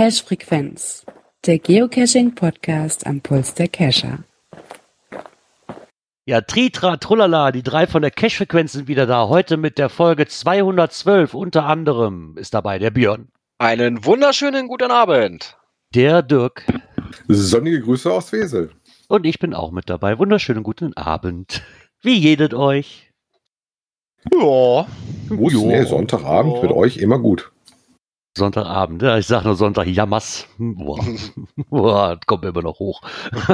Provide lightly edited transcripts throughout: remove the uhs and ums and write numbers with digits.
Cache-Frequenz, der Geocaching-Podcast am Puls der Cacher. Ja, Tritra, Trullala, die drei von der Cache-Frequenz sind wieder da. Heute mit der Folge 212. Unter anderem ist dabei der Björn. Einen wunderschönen guten Abend. Der Dirk. Sonnige Grüße aus Wesel. Und ich bin auch mit dabei. Wunderschönen guten Abend. Wie jedet euch? Ja. Nee, Sonntagabend mit euch immer gut. Sonntagabend, ja, ich sag nur Sonntag, jammers. Boah, das kommt mir immer noch hoch.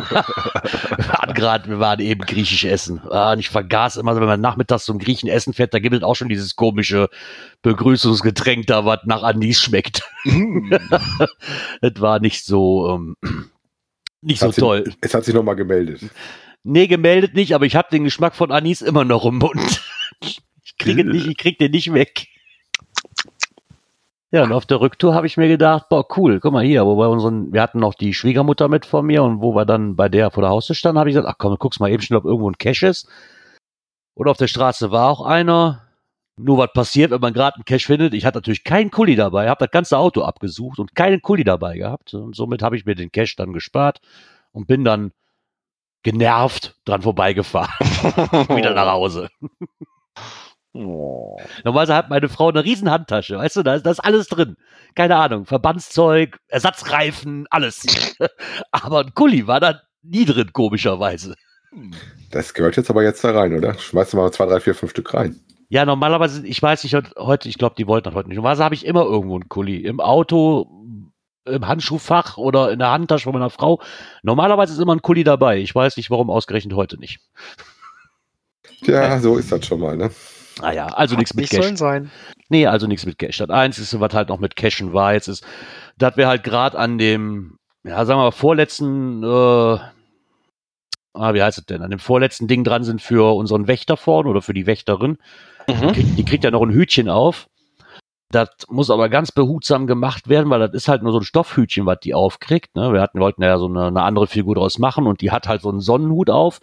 Wir waren eben griechisch essen. Und ich vergaß immer, wenn man nachmittags zum Griechen essen fährt, da gibt es auch schon dieses komische Begrüßungsgetränk da, was nach Anis schmeckt. Das war nicht so, toll. Es hat sich nochmal gemeldet. Nee, gemeldet nicht, aber ich habe den Geschmack von Anis immer noch im Mund. Ich krieg den nicht weg. Ja, und auf der Rücktour habe ich mir gedacht, boah, cool, guck mal hier, wir hatten noch die Schwiegermutter mit vor mir und wo wir dann bei der vor der Haustür standen, habe ich gesagt, ach komm, guck's mal eben schnell, ob irgendwo ein Cache ist. Und auf der Straße war auch einer. Nur was passiert, wenn man gerade einen Cache findet? Ich hatte natürlich keinen Kuli dabei, habe das ganze Auto abgesucht und keinen Kuli dabei gehabt. Und somit habe ich mir den Cache dann gespart und bin dann genervt dran vorbeigefahren. Wieder nach Hause. Normalerweise hat meine Frau eine riesen Handtasche, weißt du, da ist alles drin. Keine Ahnung, Verbandszeug, Ersatzreifen, alles. Aber ein Kuli war da nie drin, komischerweise. Das gehört jetzt aber jetzt da rein, oder? Schmeißt du mal 2, 3, 4, 5 Stück rein. Ja, normalerweise, ich weiß nicht, heute, ich glaube, die wollten das heute nicht. Normalerweise habe ich immer irgendwo einen Kuli. Im Auto, im Handschuhfach oder in der Handtasche von meiner Frau. Normalerweise ist immer ein Kuli dabei. Ich weiß nicht, warum ausgerechnet heute nicht. Ja, so ist das schon mal, ne? Naja, also nichts mit Cache. Sein. Nee, also nichts mit Cache. Das Einzige, was halt noch mit Cachen war, jetzt ist, dass wir halt gerade an dem, ja, sagen wir mal, vorletzten, wie heißt es denn, an dem vorletzten Ding dran sind für unseren Wächter vorne oder für die Wächterin. Die kriegt ja noch ein Hütchen auf. Das muss aber ganz behutsam gemacht werden, weil das ist halt nur so ein Stoffhütchen, was die aufkriegt. Ne? Wollten ja so eine andere Figur draus machen und die hat halt so einen Sonnenhut auf.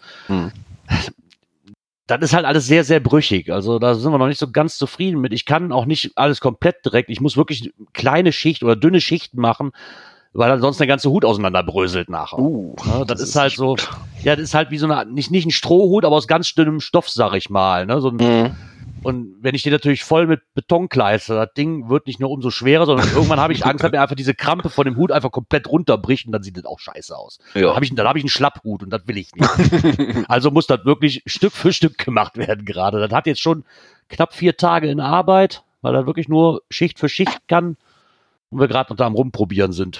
Das ist halt alles sehr, sehr brüchig. Also da sind wir noch nicht so ganz zufrieden mit. Ich kann auch nicht alles komplett direkt. Ich muss wirklich kleine Schicht oder dünne Schichten machen, weil dann sonst der ganze Hut auseinanderbröselt nachher. Ja, das ist halt so, gut. Ja, das ist halt wie so eine, nicht ein Strohhut, aber aus ganz dünnem Stoff, sag ich mal. Ne? Und wenn ich den natürlich voll mit Beton kleister, das Ding wird nicht nur umso schwerer, sondern irgendwann habe ich Angst, dass mir einfach diese Krampe von dem Hut einfach komplett runterbricht und dann sieht das auch scheiße aus. Ja. Dann habe ich einen Schlapphut und das will ich nicht. Also muss das wirklich Stück für Stück gemacht werden gerade. Das hat jetzt schon knapp 4 Tage in Arbeit, weil das wirklich nur Schicht für Schicht kann und wir gerade noch da am Rumprobieren sind.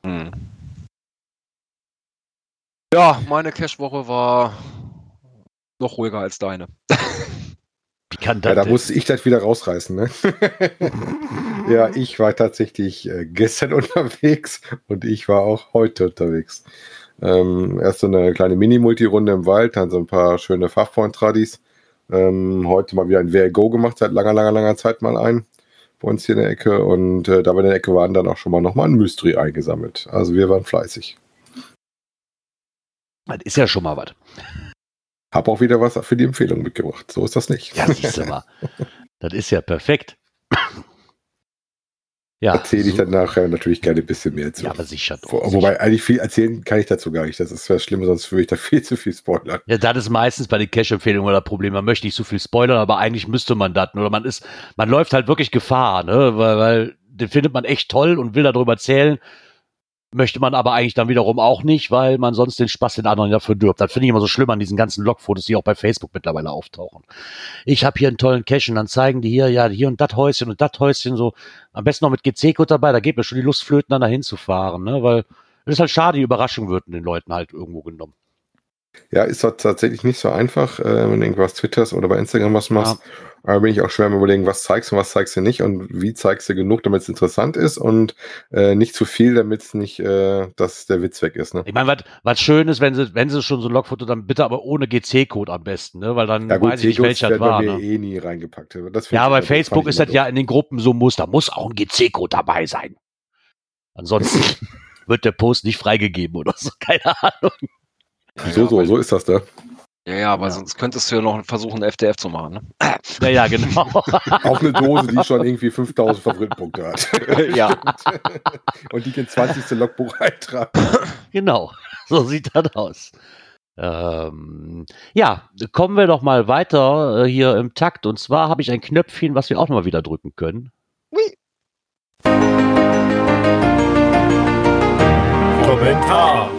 Ja, meine Cache-Woche war noch ruhiger als deine. Wie kann das da denn? musste ich das wieder rausreißen, ne? Ja, ich war tatsächlich gestern unterwegs und ich war auch heute unterwegs. Erst so eine kleine Mini-Multi-Runde im Wald, dann so ein paar schöne Fachpoint-Tradis. Heute mal wieder ein VR-Go gemacht, seit langer Zeit mal ein. Bei uns hier in der Ecke. Und da bei der Ecke waren dann auch schon mal nochmal ein Mystery eingesammelt. Also wir waren fleißig. Das ist ja schon mal was. Hab auch wieder was für die Empfehlung mitgebracht. So ist das nicht. Ja, siehst du mal. Das ist ja perfekt. Ja, erzähle ich dann nachher natürlich gerne ein bisschen mehr zu. Ja, aber sicher doch. Wobei eigentlich viel erzählen kann ich dazu gar nicht. Das ist was Schlimmes, sonst würde ich da viel zu viel spoilern. Ja, das ist meistens bei den Cache-Empfehlungen das Problem. Man möchte nicht so viel spoilern, aber eigentlich müsste man das. Oder man läuft halt wirklich Gefahr, ne? Weil den findet man echt toll und will darüber erzählen. Möchte man aber eigentlich dann wiederum auch nicht, weil man sonst den Spaß den anderen ja verdirbt. Das finde ich immer so schlimm an diesen ganzen Logfotos, die auch bei Facebook mittlerweile auftauchen. Ich habe hier einen tollen Cache und dann zeigen die hier, ja, hier und das Häuschen so. Am besten noch mit GC-Code dabei, da geht mir schon die Lust flöten, dann dahin zu fahren, ne? Weil es ist halt schade, die Überraschung wird den Leuten halt irgendwo genommen. Ja, ist das tatsächlich nicht so einfach, wenn du irgendwas twitterst oder bei Instagram was machst. Ja. Bin ich auch schwer am Überlegen, was zeigst du und was zeigst du nicht und wie zeigst du genug, damit es interessant ist und nicht zu viel, damit es nicht, dass der Witz weg ist. Ne? Ich meine, was schön ist, wenn sie schon so ein Logfoto, dann bitte aber ohne GC-Code am besten, ne? Weil dann weiß ich nicht, welcher das war. Das wäre eh nie reingepackt. Ja, bei Facebook ist das ja in den Gruppen so da muss auch ein GC-Code dabei sein. Ansonsten wird der Post nicht freigegeben oder so, keine Ahnung. So ist das da. Ja, aber Ja. sonst könntest du ja noch versuchen, FDF zu machen, ne? Ja, genau. Auch eine Dose, die schon irgendwie 5000 Favoritenpunkte hat. Ja. Und die den 20. Logbuch eintragen. Genau, so sieht das aus. Ja, kommen wir doch mal weiter hier im Takt. Und zwar habe ich ein Knöpfchen, was wir auch nochmal wieder drücken können. Kommentar.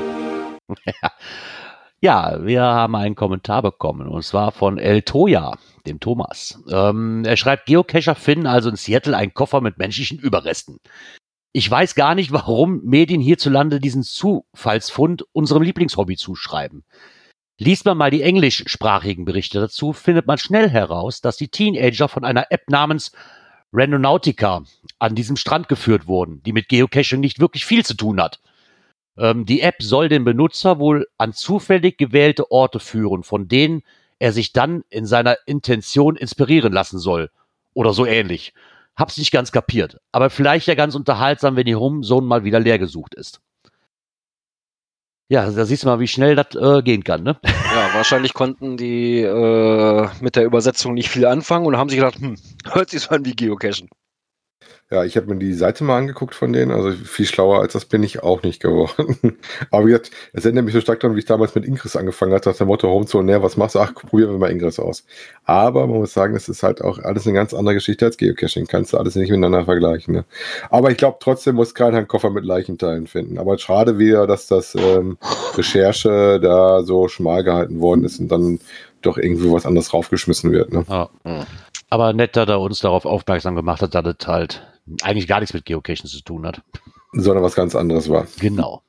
Ja, wir haben einen Kommentar bekommen und zwar von El Toya, dem Thomas. Er schreibt, Geocacher finden also in Seattle einen Koffer mit menschlichen Überresten. Ich weiß gar nicht, warum Medien hierzulande diesen Zufallsfund unserem Lieblingshobby zuschreiben. Liest man mal die englischsprachigen Berichte dazu, findet man schnell heraus, dass die Teenager von einer App namens Randonautica an diesem Strand geführt wurden, die mit Geocaching nicht wirklich viel zu tun hat. Die App soll den Benutzer wohl an zufällig gewählte Orte führen, von denen er sich dann in seiner Intention inspirieren lassen soll. Oder so ähnlich. Hab's nicht ganz kapiert. Aber vielleicht ja ganz unterhaltsam, wenn die Homezone mal wieder leer gesucht ist. Ja, da siehst du mal, wie schnell das gehen kann, ne? Ja, wahrscheinlich konnten die mit der Übersetzung nicht viel anfangen und haben sich gedacht, hört sich so an wie Geocachen. Ja, ich habe mir die Seite mal angeguckt von denen, also viel schlauer als das bin ich auch nicht geworden. Aber wie gesagt, es erinnert mich so stark daran, wie ich damals mit Ingress angefangen hatte, nach dem Motto Homezone, was machst du? Ach, probieren wir mal Ingress aus. Aber man muss sagen, es ist halt auch alles eine ganz andere Geschichte als Geocaching, kannst du alles nicht miteinander vergleichen. Ne? Aber ich glaube, trotzdem muss keiner einen Koffer mit Leichenteilen finden. Aber schade wieder, dass das Recherche da so schmal gehalten worden ist und dann doch irgendwie was anderes raufgeschmissen wird. Ne? Ja. Aber nett, dass er uns darauf aufmerksam gemacht hat, dass das halt eigentlich gar nichts mit Geocaching zu tun hat. Sondern was ganz anderes war. Genau.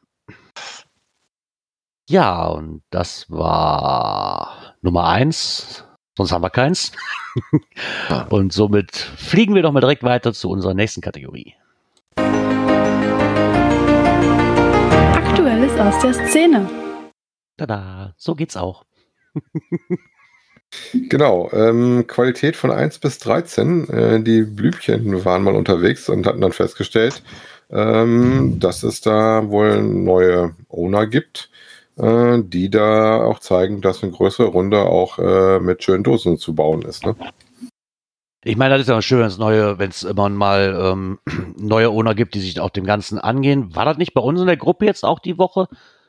Ja, und das war Nummer 1. Sonst haben wir keins. Und somit fliegen wir doch mal direkt weiter zu unserer nächsten Kategorie. Aktuelles aus der Szene. Tada, so geht's auch. Genau, Qualität von 1 bis 13. Die Blübchen waren mal unterwegs und hatten dann festgestellt, dass es da wohl neue Owner gibt, die da auch zeigen, dass eine größere Runde auch mit schönen Dosen zu bauen ist. Ne? Ich meine, das ist ja schön, wenn es immer mal neue Owner gibt, die sich auch dem Ganzen angehen. War das nicht bei uns in der Gruppe jetzt auch die Woche?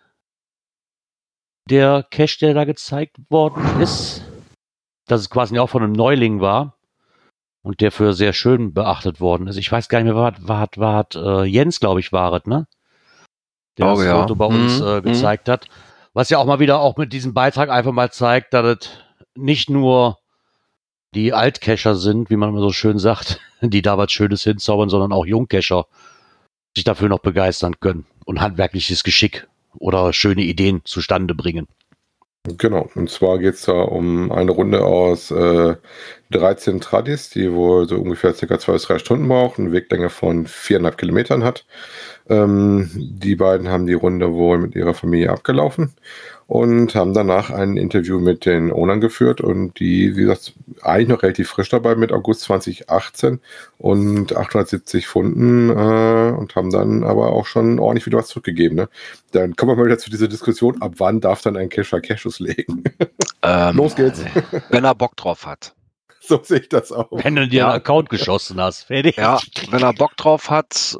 Der Cache, der da gezeigt worden ist, dass es quasi auch von einem Neuling war und der für sehr schön beachtet worden ist. Ich weiß gar nicht mehr, war Jens, glaube ich, war es, ne? Der das Foto bei uns gezeigt hat. Was ja auch mal wieder auch mit diesem Beitrag einfach mal zeigt, dass es nicht nur die Altcacher sind, wie man immer so schön sagt, die da was Schönes hinzaubern, sondern auch Jungcacher sich dafür noch begeistern können und handwerkliches Geschick oder schöne Ideen zustande bringen. Genau, und zwar geht es da um eine Runde aus 13 Tradis, die wohl so ungefähr ca. 2 bis 3 Stunden brauchen, eine Weglänge von 4,5 Kilometern hat. Die beiden haben die Runde wohl mit ihrer Familie abgelaufen und haben danach ein Interview mit den Ownern geführt und die, wie gesagt, eigentlich noch relativ frisch dabei mit August 2018 und 870 Funden und haben dann aber auch schon ordentlich wieder was zurückgegeben. Ne? Dann kommen wir mal wieder zu dieser Diskussion, ab wann darf dann ein Cacher Caches legen? Los geht's. Wenn er Bock drauf hat. So sehe ich das auch. Wenn du dir einen Account geschossen hast, fertig. Ja, wenn er Bock drauf hat.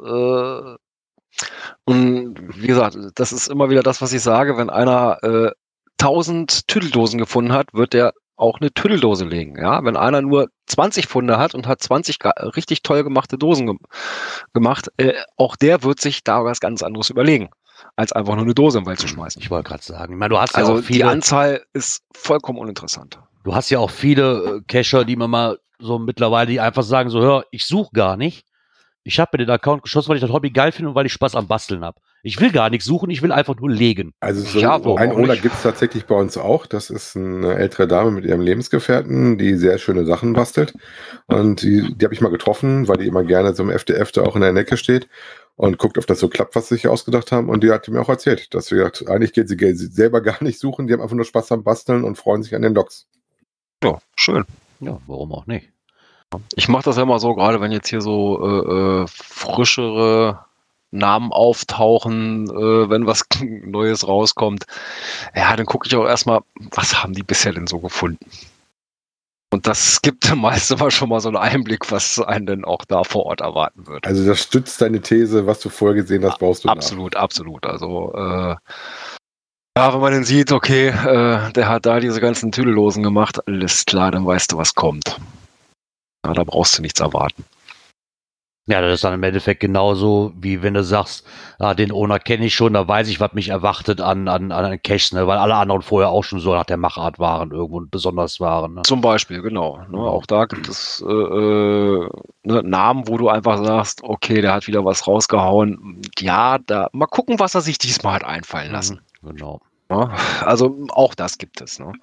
Und wie gesagt, das ist immer wieder das, was ich sage. Wenn einer 1000 Tüdeldosen gefunden hat, wird der auch eine Tüdeldose legen. Ja, wenn einer nur 20 Funde hat und hat 20 richtig toll gemachte Dosen gemacht, auch der wird sich da was ganz anderes überlegen, als einfach nur eine Dose im Wald zu schmeißen. Ich wollte gerade sagen, ich meine, du hast Also ja auch die viele, Anzahl ist vollkommen uninteressant. du hast ja auch viele Cacher, die man mal so mittlerweile, die einfach sagen so, hör, ich suche gar nicht. Ich habe mir den Account geschossen, weil ich das Hobby geil finde und weil ich Spaß am Basteln habe. Ich will gar nichts suchen, ich will einfach nur legen. Also so Ja, ein warum Owner nicht? gibt es tatsächlich bei uns auch. Das ist eine ältere Dame mit ihrem Lebensgefährten, die sehr schöne Sachen bastelt. Und die habe ich mal getroffen, weil die immer gerne so im FDF da auch in der Necke steht und guckt, ob das so klappt, was sie sich ausgedacht haben. Und die hat mir auch erzählt, dass sie gesagt, eigentlich geht sie selber gar nicht suchen, die haben einfach nur Spaß am Basteln und freuen sich an den Logs. Ja, schön. Ja, warum auch nicht? Ich mache das ja immer so, gerade wenn jetzt hier so frischere Namen auftauchen, wenn was Neues rauskommt. Ja, dann gucke ich auch erstmal, was haben die bisher denn so gefunden? Und das gibt meist immer schon mal so einen Einblick, was einen denn auch da vor Ort erwarten wird. Also das stützt deine These, was du vorher gesehen hast, baust du absolut, nach. Absolut. Also ja, wenn man den sieht, okay, der hat da diese ganzen Tüdellosen gemacht, alles klar, dann weißt du, was kommt. Ja, da brauchst du nichts erwarten. Ja, das ist dann im Endeffekt genauso, wie wenn du sagst, den Owner kenne ich schon, da weiß ich, was mich erwartet an Caches, ne? Weil alle anderen vorher auch schon so nach der Machart waren irgendwo und besonders waren. Ne? Zum Beispiel, genau. Ne? Auch da gibt es Namen, wo du einfach sagst, okay, der hat wieder was rausgehauen. Ja, mal gucken, was er sich diesmal hat einfallen lassen. Genau. Ja, also auch das gibt es. Ne?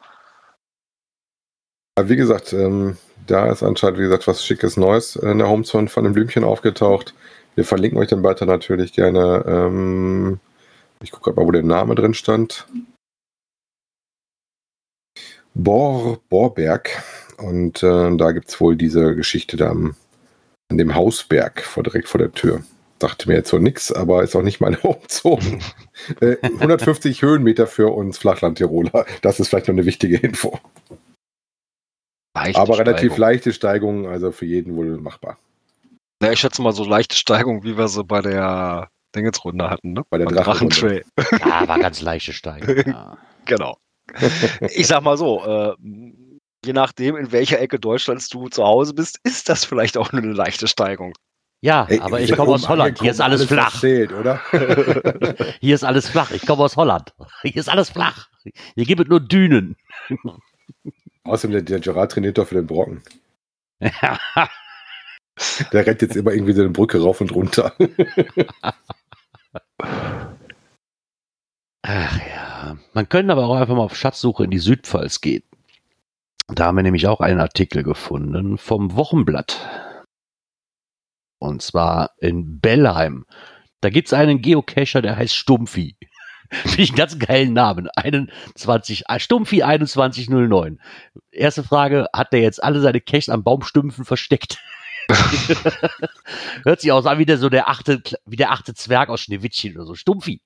Wie gesagt, da ist anscheinend, wie gesagt, was Schickes Neues in der Homezone von dem Blümchen aufgetaucht. Wir verlinken euch den weiter natürlich gerne. Ich gucke gerade mal, wo der Name drin stand. Borberg. Und da gibt es wohl diese Geschichte da an dem Hausberg direkt vor der Tür. Dachte mir jetzt so nix, aber ist auch nicht meine Homezone. 150 Höhenmeter für uns Flachland-Tiroler. Das ist vielleicht noch eine wichtige Info. Aber relativ leichte Steigung, also für jeden wohl machbar. Ja, ich schätze mal so leichte Steigung, wie wir sie bei der Dingensrunde hatten, ne? Bei der Drachentrail. Ja, war ganz leichte Steigung. Ja. Genau. Ich sag mal so, je nachdem, in welcher Ecke Deutschlands du zu Hause bist, ist das vielleicht auch nur eine leichte Steigung. Ja, aber ich komme aus Holland. Hier ist alles flach. Erzählt, oder? Hier ist alles flach. Ich komme aus Holland. Hier ist alles flach. Hier gibt es nur Dünen. Außerdem, der Gerard trainiert doch für den Brocken. Der rennt jetzt immer irgendwie so eine Brücke rauf und runter. Ach ja. Man könnte aber auch einfach mal auf Schatzsuche in die Südpfalz gehen. Da haben wir nämlich auch einen Artikel gefunden vom Wochenblatt. Und zwar in Bellheim. Da gibt es einen Geocacher, der heißt Stumpfi. Finde ich einen ganz geilen Namen. Stumpfi 2109. Erste Frage, hat der jetzt alle seine Caches an Baumstümpfen versteckt? Hört sich aus an wie der achte Zwerg aus Schneewittchen oder so. Stumpfi.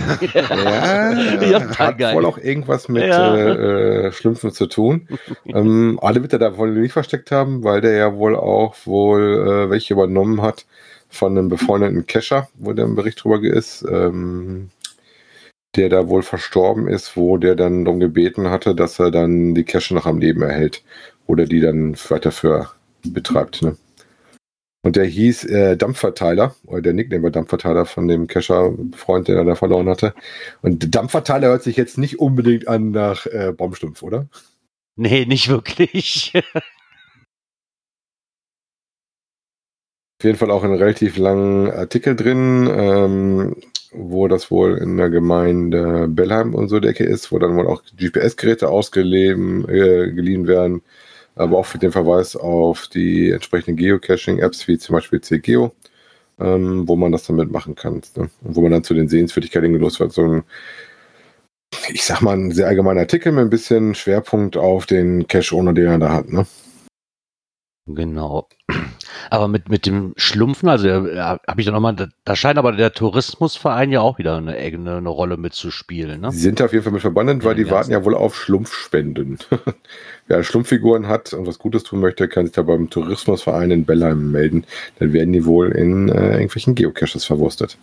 Ja, hat wohl auch irgendwas mit Schlümpfen zu tun. Alle wird er da wohl nicht versteckt haben, weil der ja wohl welche übernommen hat von einem befreundeten Cacher, wo der ein Bericht drüber ist, der da wohl verstorben ist, wo der dann darum gebeten hatte, dass er dann die Cache noch am Leben erhält oder die dann weiter für betreibt. Ne? Und der hieß Dampfverteiler, oder der Nickname war Dampfverteiler von dem Cacher-Freund, den er da verloren hatte. Und Dampfverteiler hört sich jetzt nicht unbedingt an nach Baumstumpf, oder? Nee, nicht wirklich. Auf jeden Fall auch einen relativ langen Artikel drin, wo das wohl in der Gemeinde Bellheim und so der Ecke ist, wo dann wohl auch GPS-Geräte geliehen werden, aber auch für den Verweis auf die entsprechenden Geocaching-Apps, wie zum Beispiel CGeo, wo man das dann mitmachen kann. Ne? Und wo man dann zu den Sehenswürdigkeiten gelost wird. So ein, ich sag mal, ein sehr allgemeiner Artikel mit ein bisschen Schwerpunkt auf den Cache-Owner, den er da hat. Ne? Genau. Aber mit dem Schlumpfen, also habe ich da nochmal, da scheint aber der Tourismusverein ja auch wieder eine Rolle mitzuspielen. Ne? Sie sind auf jeden Fall mit verbunden, weil die warten ja wohl auf Schlumpfspenden. Wer Schlumpffiguren hat und was Gutes tun möchte, kann sich da beim Tourismusverein in Bellheim melden. Dann werden die wohl in irgendwelchen Geocaches verwurstet.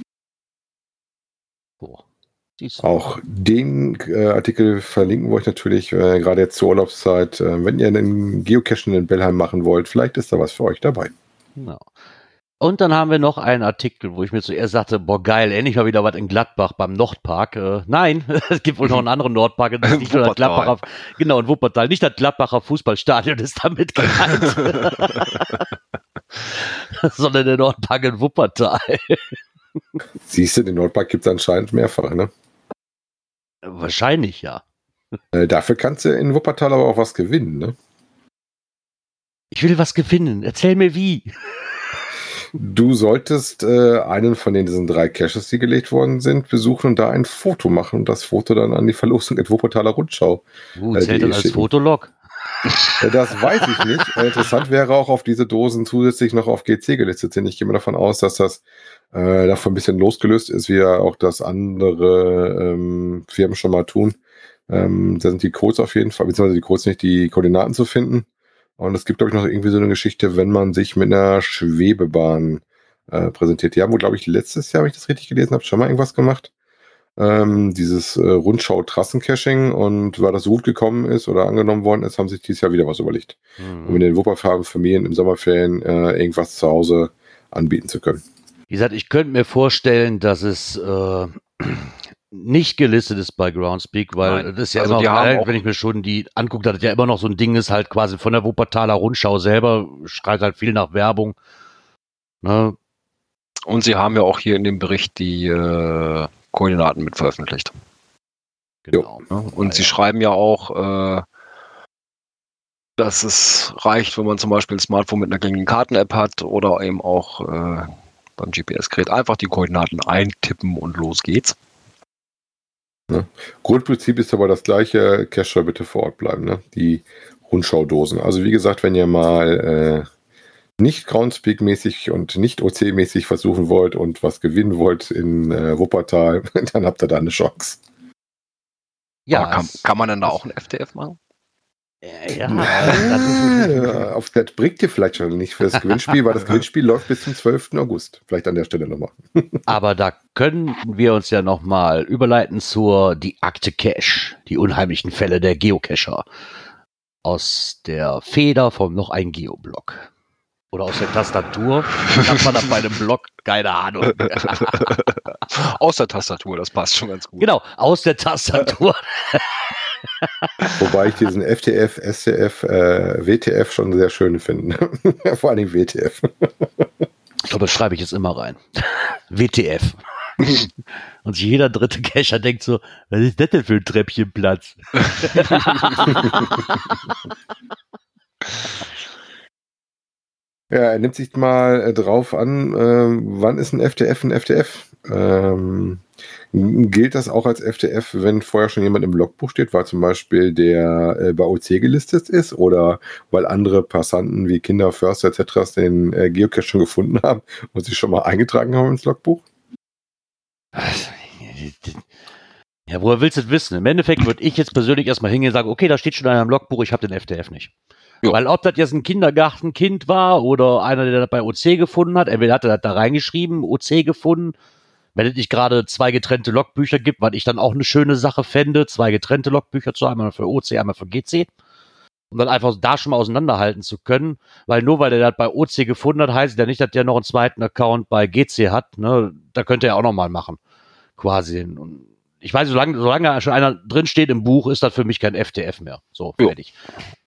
Auch den Artikel verlinken wir euch natürlich, gerade jetzt zur Urlaubszeit. Wenn ihr einen Geocaching in Bellheim machen wollt, vielleicht ist da was für euch dabei. Genau. Und dann haben wir noch einen Artikel, wo ich mir zuerst sagte, boah geil, endlich mal wieder was in Gladbach beim Nordpark. Nein, es gibt wohl noch einen anderen Nordpark, nicht nur das Gladbacher, genau, in Wuppertal, nicht das Gladbacher Fußballstadion ist damit gemeint, sondern der Nordpark in Wuppertal. Siehst du, den Nordpark gibt es anscheinend mehrfach, ne? Wahrscheinlich, ja. Dafür kannst du in Wuppertal aber auch was gewinnen, ne? Ich will was gewinnen. Erzähl mir wie. Du solltest einen von diesen 3 Caches, die gelegt worden sind, besuchen und da ein Foto machen und das Foto dann an die Verlosung at Wuppertaler Rundschau. Zählt das als Fotolog? Das weiß ich nicht. Interessant wäre auch, auf diese Dosen zusätzlich noch auf GC gelistet sind. Ich gehe mal davon aus, dass das davon ein bisschen losgelöst ist, wie ja auch das andere Firmen schon mal tun. Da sind die Codes auf jeden Fall, beziehungsweise die Codes nicht, die Koordinaten zu finden. Und es gibt, glaube ich, noch irgendwie so eine Geschichte, wenn man sich mit einer Schwebebahn präsentiert. Die haben wohl, glaube ich, letztes Jahr, wenn ich das richtig gelesen habe, schon mal irgendwas gemacht. Dieses Rundschau-Trassen-Caching, und weil das so gut gekommen ist oder angenommen worden ist, haben sich dieses Jahr wieder was überlegt. Um in den Wuppertal-Familien im Sommerferien irgendwas zu Hause anbieten zu können. Wie gesagt, ich könnte mir vorstellen, dass es nicht gelistet ist bei Groundspeak, weil Nein. das ist ja Also die immer, haben auch- wenn ich mir schon die angucke, dass das ja immer noch so ein Ding ist, halt quasi von der Wuppertaler Rundschau selber, schreit halt viel nach Werbung. Ne? Und sie haben ja auch hier in dem Bericht die Koordinaten mit veröffentlicht. Genau. Ja, und sie schreiben ja auch, dass es reicht, wenn man zum Beispiel ein Smartphone mit einer gängigen Karten-App hat oder eben auch beim GPS-Gerät einfach die Koordinaten eintippen und los geht's. Grundprinzip ist aber das gleiche. Cacher bitte vor Ort bleiben, ne? Die Rundschaudosen. Also wie gesagt, wenn ihr mal nicht Groundspeak-mäßig und nicht OC-mäßig versuchen wollt und was gewinnen wollt in Wuppertal, dann habt ihr da eine Chance. Ja, Aber kann man denn da auch ein FTF machen? ja, Das bringt ihr vielleicht schon nicht für das Gewinnspiel, weil das Gewinnspiel läuft bis zum 12. August. Vielleicht an der Stelle nochmal. aber da können wir uns ja nochmal überleiten zur die Akte Cache, die unheimlichen Fälle der Geocacher. Aus der Feder vom noch ein Geoblog. Oder aus der Tastatur. Hat man das bei einem Blog? Keine Ahnung. Aus der Tastatur, das passt schon ganz gut. Genau, aus der Tastatur. Wobei ich diesen FTF, STF, WTF schon sehr schön finde. Vor allem WTF. Ich glaube, das schreibe ich jetzt immer rein. WTF. Und jeder dritte Cacher denkt so, was ist das denn für ein Treppchenplatz? Ja, er nimmt sich mal drauf an, wann ist ein FTF ein FTF? Gilt das auch als FTF, wenn vorher schon jemand im Logbuch steht, weil zum Beispiel der bei OC gelistet ist oder weil andere Passanten wie Kinder, Förster etc. den Geocache schon gefunden haben und sich schon mal eingetragen haben ins Logbuch? Ja, woher willst du das wissen? Im Endeffekt würde ich jetzt persönlich erstmal hingehen und sagen, okay, da steht schon einer im Logbuch, ich habe den FTF nicht. Jo. Weil ob das jetzt ein Kindergartenkind war oder einer, der das bei OC gefunden hat, entweder hat er das da reingeschrieben, OC gefunden, wenn es nicht gerade 2 getrennte Logbücher gibt, was ich dann auch eine schöne Sache fände, 2 getrennte Logbücher zu haben, einmal für OC, einmal für GC. Um dann einfach da schon mal auseinanderhalten zu können, weil nur weil der das bei OC gefunden hat, heißt ja nicht, dass der noch einen zweiten Account bei GC hat, ne? Da könnte er auch noch mal machen, quasi. Und ich weiß, solange schon einer drin steht im Buch, ist das für mich kein FTF mehr. So, Jo. fertig.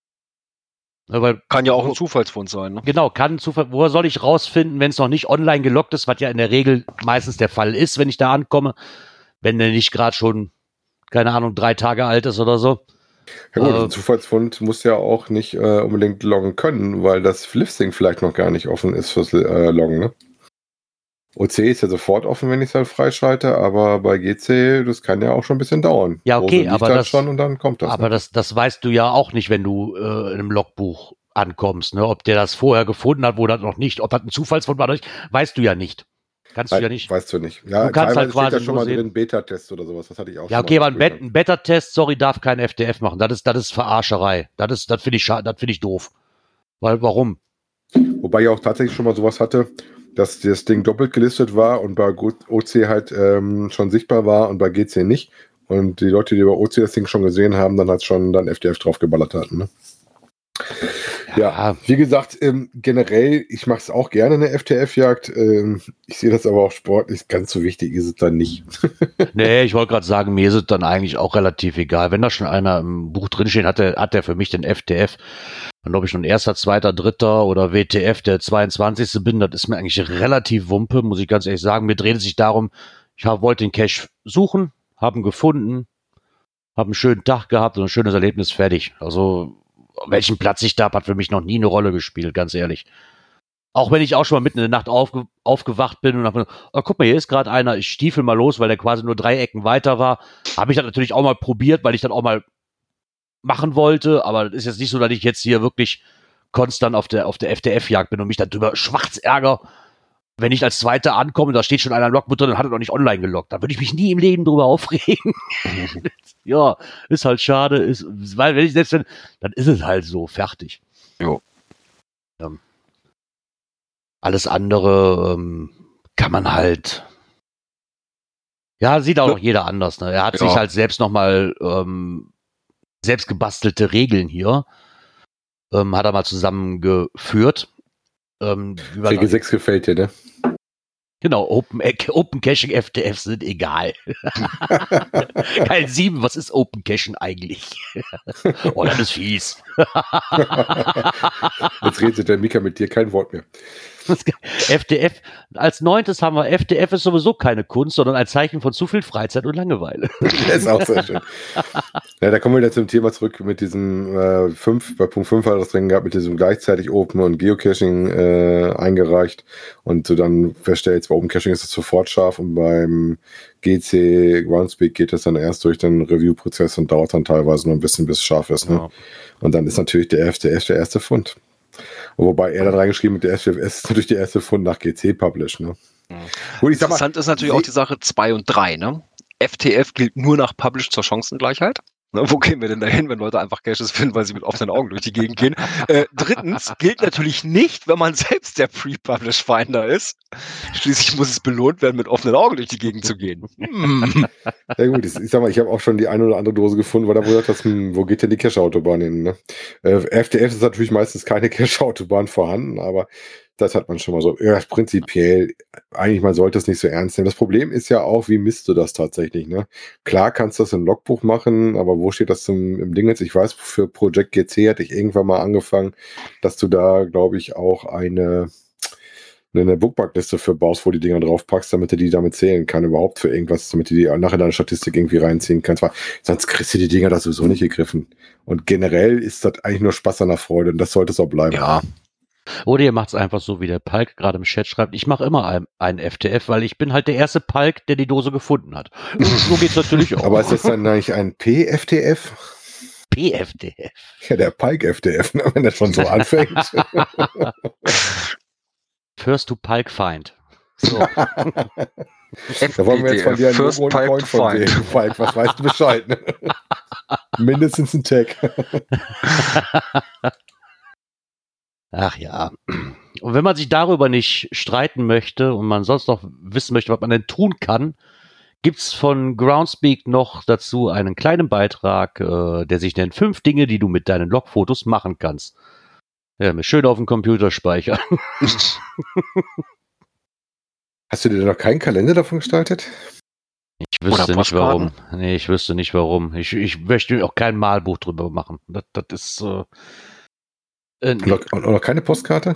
Ja, weil, Kann ja auch ein Zufallsfund sein. Ne? genau, kann Zufall, woher soll ich rausfinden, wenn es noch nicht online geloggt ist, was ja in der Regel meistens der Fall ist, wenn ich da ankomme, wenn der nicht gerade schon, keine Ahnung, 3 Tage alt ist oder so. Ja gut, ein Zufallsfund muss ja auch nicht unbedingt loggen können, weil das Flipsync vielleicht noch gar nicht offen ist fürs Loggen, ne? OC ist ja sofort offen, wenn ich es halt freischalte, aber bei GC, das kann ja auch schon ein bisschen dauern. Ja, okay, liegt aber dann das- schon und dann kommt das. Aber ne? das weißt du ja auch nicht, wenn du in einem Logbuch ankommst, ne? Ob der das vorher gefunden hat, wo das noch nicht, ob das ein Zufallsfund war oder nicht, weißt du ja nicht. Kannst du ja nicht. Weißt du nicht. Ja, Du kannst halt teilweise quasi steht da schon nur mal sehen- drin Beta-Test oder sowas. Das hatte ich auch Ja, schon okay, mal aber gespielt. ein Beta-Test, sorry, darf kein FTF machen. Das ist Verarscherei. Das finde ich doof. Weil, warum? Wobei ich auch tatsächlich schon mal sowas hatte, dass das Ding doppelt gelistet war und bei OC halt schon sichtbar war und bei GC nicht. Und die Leute, die bei OC das Ding schon gesehen haben, dann hat schon dann FTF drauf geballert hatten. Ne? Ja, wie gesagt, generell, ich mache es auch gerne, eine FTF-Jagd. Ich sehe das aber auch sportlich, ganz so wichtig ist es dann nicht. Nee, ich wollte gerade sagen, mir ist es dann eigentlich auch relativ egal. Wenn da schon einer im Buch drinsteht, hat der für mich den FTF. Dann ob ich nun 1., 2., 3. oder WTF, der 22. bin, das ist mir eigentlich relativ Wumpe, muss ich ganz ehrlich sagen. Mir dreht es sich darum, ich wollte den Cache suchen, habe ihn gefunden, habe einen schönen Tag gehabt und ein schönes Erlebnis, fertig. Also, welchen Platz ich da habe, hat für mich noch nie eine Rolle gespielt, ganz ehrlich. Auch wenn ich auch schon mal mitten in der Nacht aufgewacht bin und habe gedacht, oh, guck mal, hier ist gerade einer, ich stiefel mal los, weil der quasi nur 3 Ecken weiter war. Habe ich das natürlich auch mal probiert, weil ich dann auch mal machen wollte, aber das ist jetzt nicht so, dass ich jetzt hier wirklich konstant auf der FTF-Jagd bin und mich darüber schwarz ärgere, wenn ich als Zweiter ankomme, da steht schon einer Logbuch drin und hat er noch nicht online geloggt. Da würde ich mich nie im Leben drüber aufregen. Ja, ist halt schade, weil wenn ich selbst bin, dann ist es halt so, fertig. Jo. Alles andere kann man halt, ja, sieht auch noch jeder anders. Ne? Er hat sich halt selbst nochmal selbst gebastelte Regeln hier, hat er mal zusammengeführt. Regel 6 gefällt dir, ne? Genau, Open Caching FTF sind egal. Kein 7, was ist Open Caching eigentlich? Oh, das ist fies. Jetzt redet der Mika mit dir kein Wort mehr. FTF, als 9. haben wir, FTF ist sowieso keine Kunst, sondern ein Zeichen von zu viel Freizeit und Langeweile. Das ist auch sehr schön. Ja, da kommen wir wieder zum Thema zurück mit diesem bei Punkt 5 hat er das drin gehabt, mit diesem gleichzeitig Open und Geocaching eingereicht und so dann feststellt, bei Open Caching ist es sofort scharf und beim GC Groundspeak geht es dann erst durch den Review-Prozess und dauert dann teilweise noch ein bisschen, bis es scharf ist. Ne? Ja. Und dann ist natürlich der FTF der erste Fund. Wobei er dann reingeschrieben hat, der FTF ist natürlich der erste Fund nach GC Publish. Ne? Gut, ich sag mal, interessant ist natürlich auch die Sache 2 und 3. Ne? FTF gilt nur nach Publish zur Chancengleichheit. Ne, wo gehen wir denn dahin, wenn Leute einfach Caches finden, weil sie mit offenen Augen durch die Gegend gehen? Drittens gilt natürlich nicht, wenn man selbst der Pre-Publish-Finder ist. Schließlich muss es belohnt werden, mit offenen Augen durch die Gegend zu gehen. Ja gut, ich sag mal, ich habe auch schon die eine oder andere Dose gefunden, weil da wurde das, wo geht denn die Cache-Autobahn hin? Ne? FTF ist natürlich meistens keine Cache-Autobahn vorhanden, aber das hat man schon mal so. Ja, prinzipiell, eigentlich, man sollte es nicht so ernst nehmen. Das Problem ist ja auch, wie misst du das tatsächlich? Ne? Klar kannst du das im Logbuch machen, aber wo steht das im Ding jetzt? Ich weiß, für Project GC hatte ich irgendwann mal angefangen, dass du da, glaube ich, auch eine Bookmarkliste für baust, wo die Dinger draufpackst, damit du die damit zählen kann, überhaupt für irgendwas, damit du die nachher in deine Statistik irgendwie reinziehen kannst. Sonst kriegst du die Dinger da sowieso nicht gegriffen. Und generell ist das eigentlich nur Spaß an der Freude und das sollte es auch bleiben. Ja. Oder ihr macht es einfach so, wie der Palk gerade im Chat schreibt. Ich mache immer einen FTF, weil ich bin halt der erste Palk, der die Dose gefunden hat. So geht's natürlich auch. Aber ist das dann eigentlich ein PFTF? PFTF? Ja, der Palk-FTF, ne, wenn das schon so anfängt. First to Palk Find. So. Da wollen wir jetzt von dir ein Logo und einen Point von sehen. Palk, was weißt du Bescheid? Ne? Mindestens ein Tag. Ach ja. Und wenn man sich darüber nicht streiten möchte und man sonst noch wissen möchte, was man denn tun kann, gibt's von Groundspeak noch dazu einen kleinen Beitrag, der sich nennt 5 Dinge, die du mit deinen Logfotos machen kannst. Ja, mir schön auf dem Computer speichern. Hast du dir noch keinen Kalender davon gestaltet? Ich wüsste nicht warum. Nee, ich wüsste nicht warum. Ich möchte auch kein Malbuch drüber machen. Das ist nee. Und noch keine Postkarte?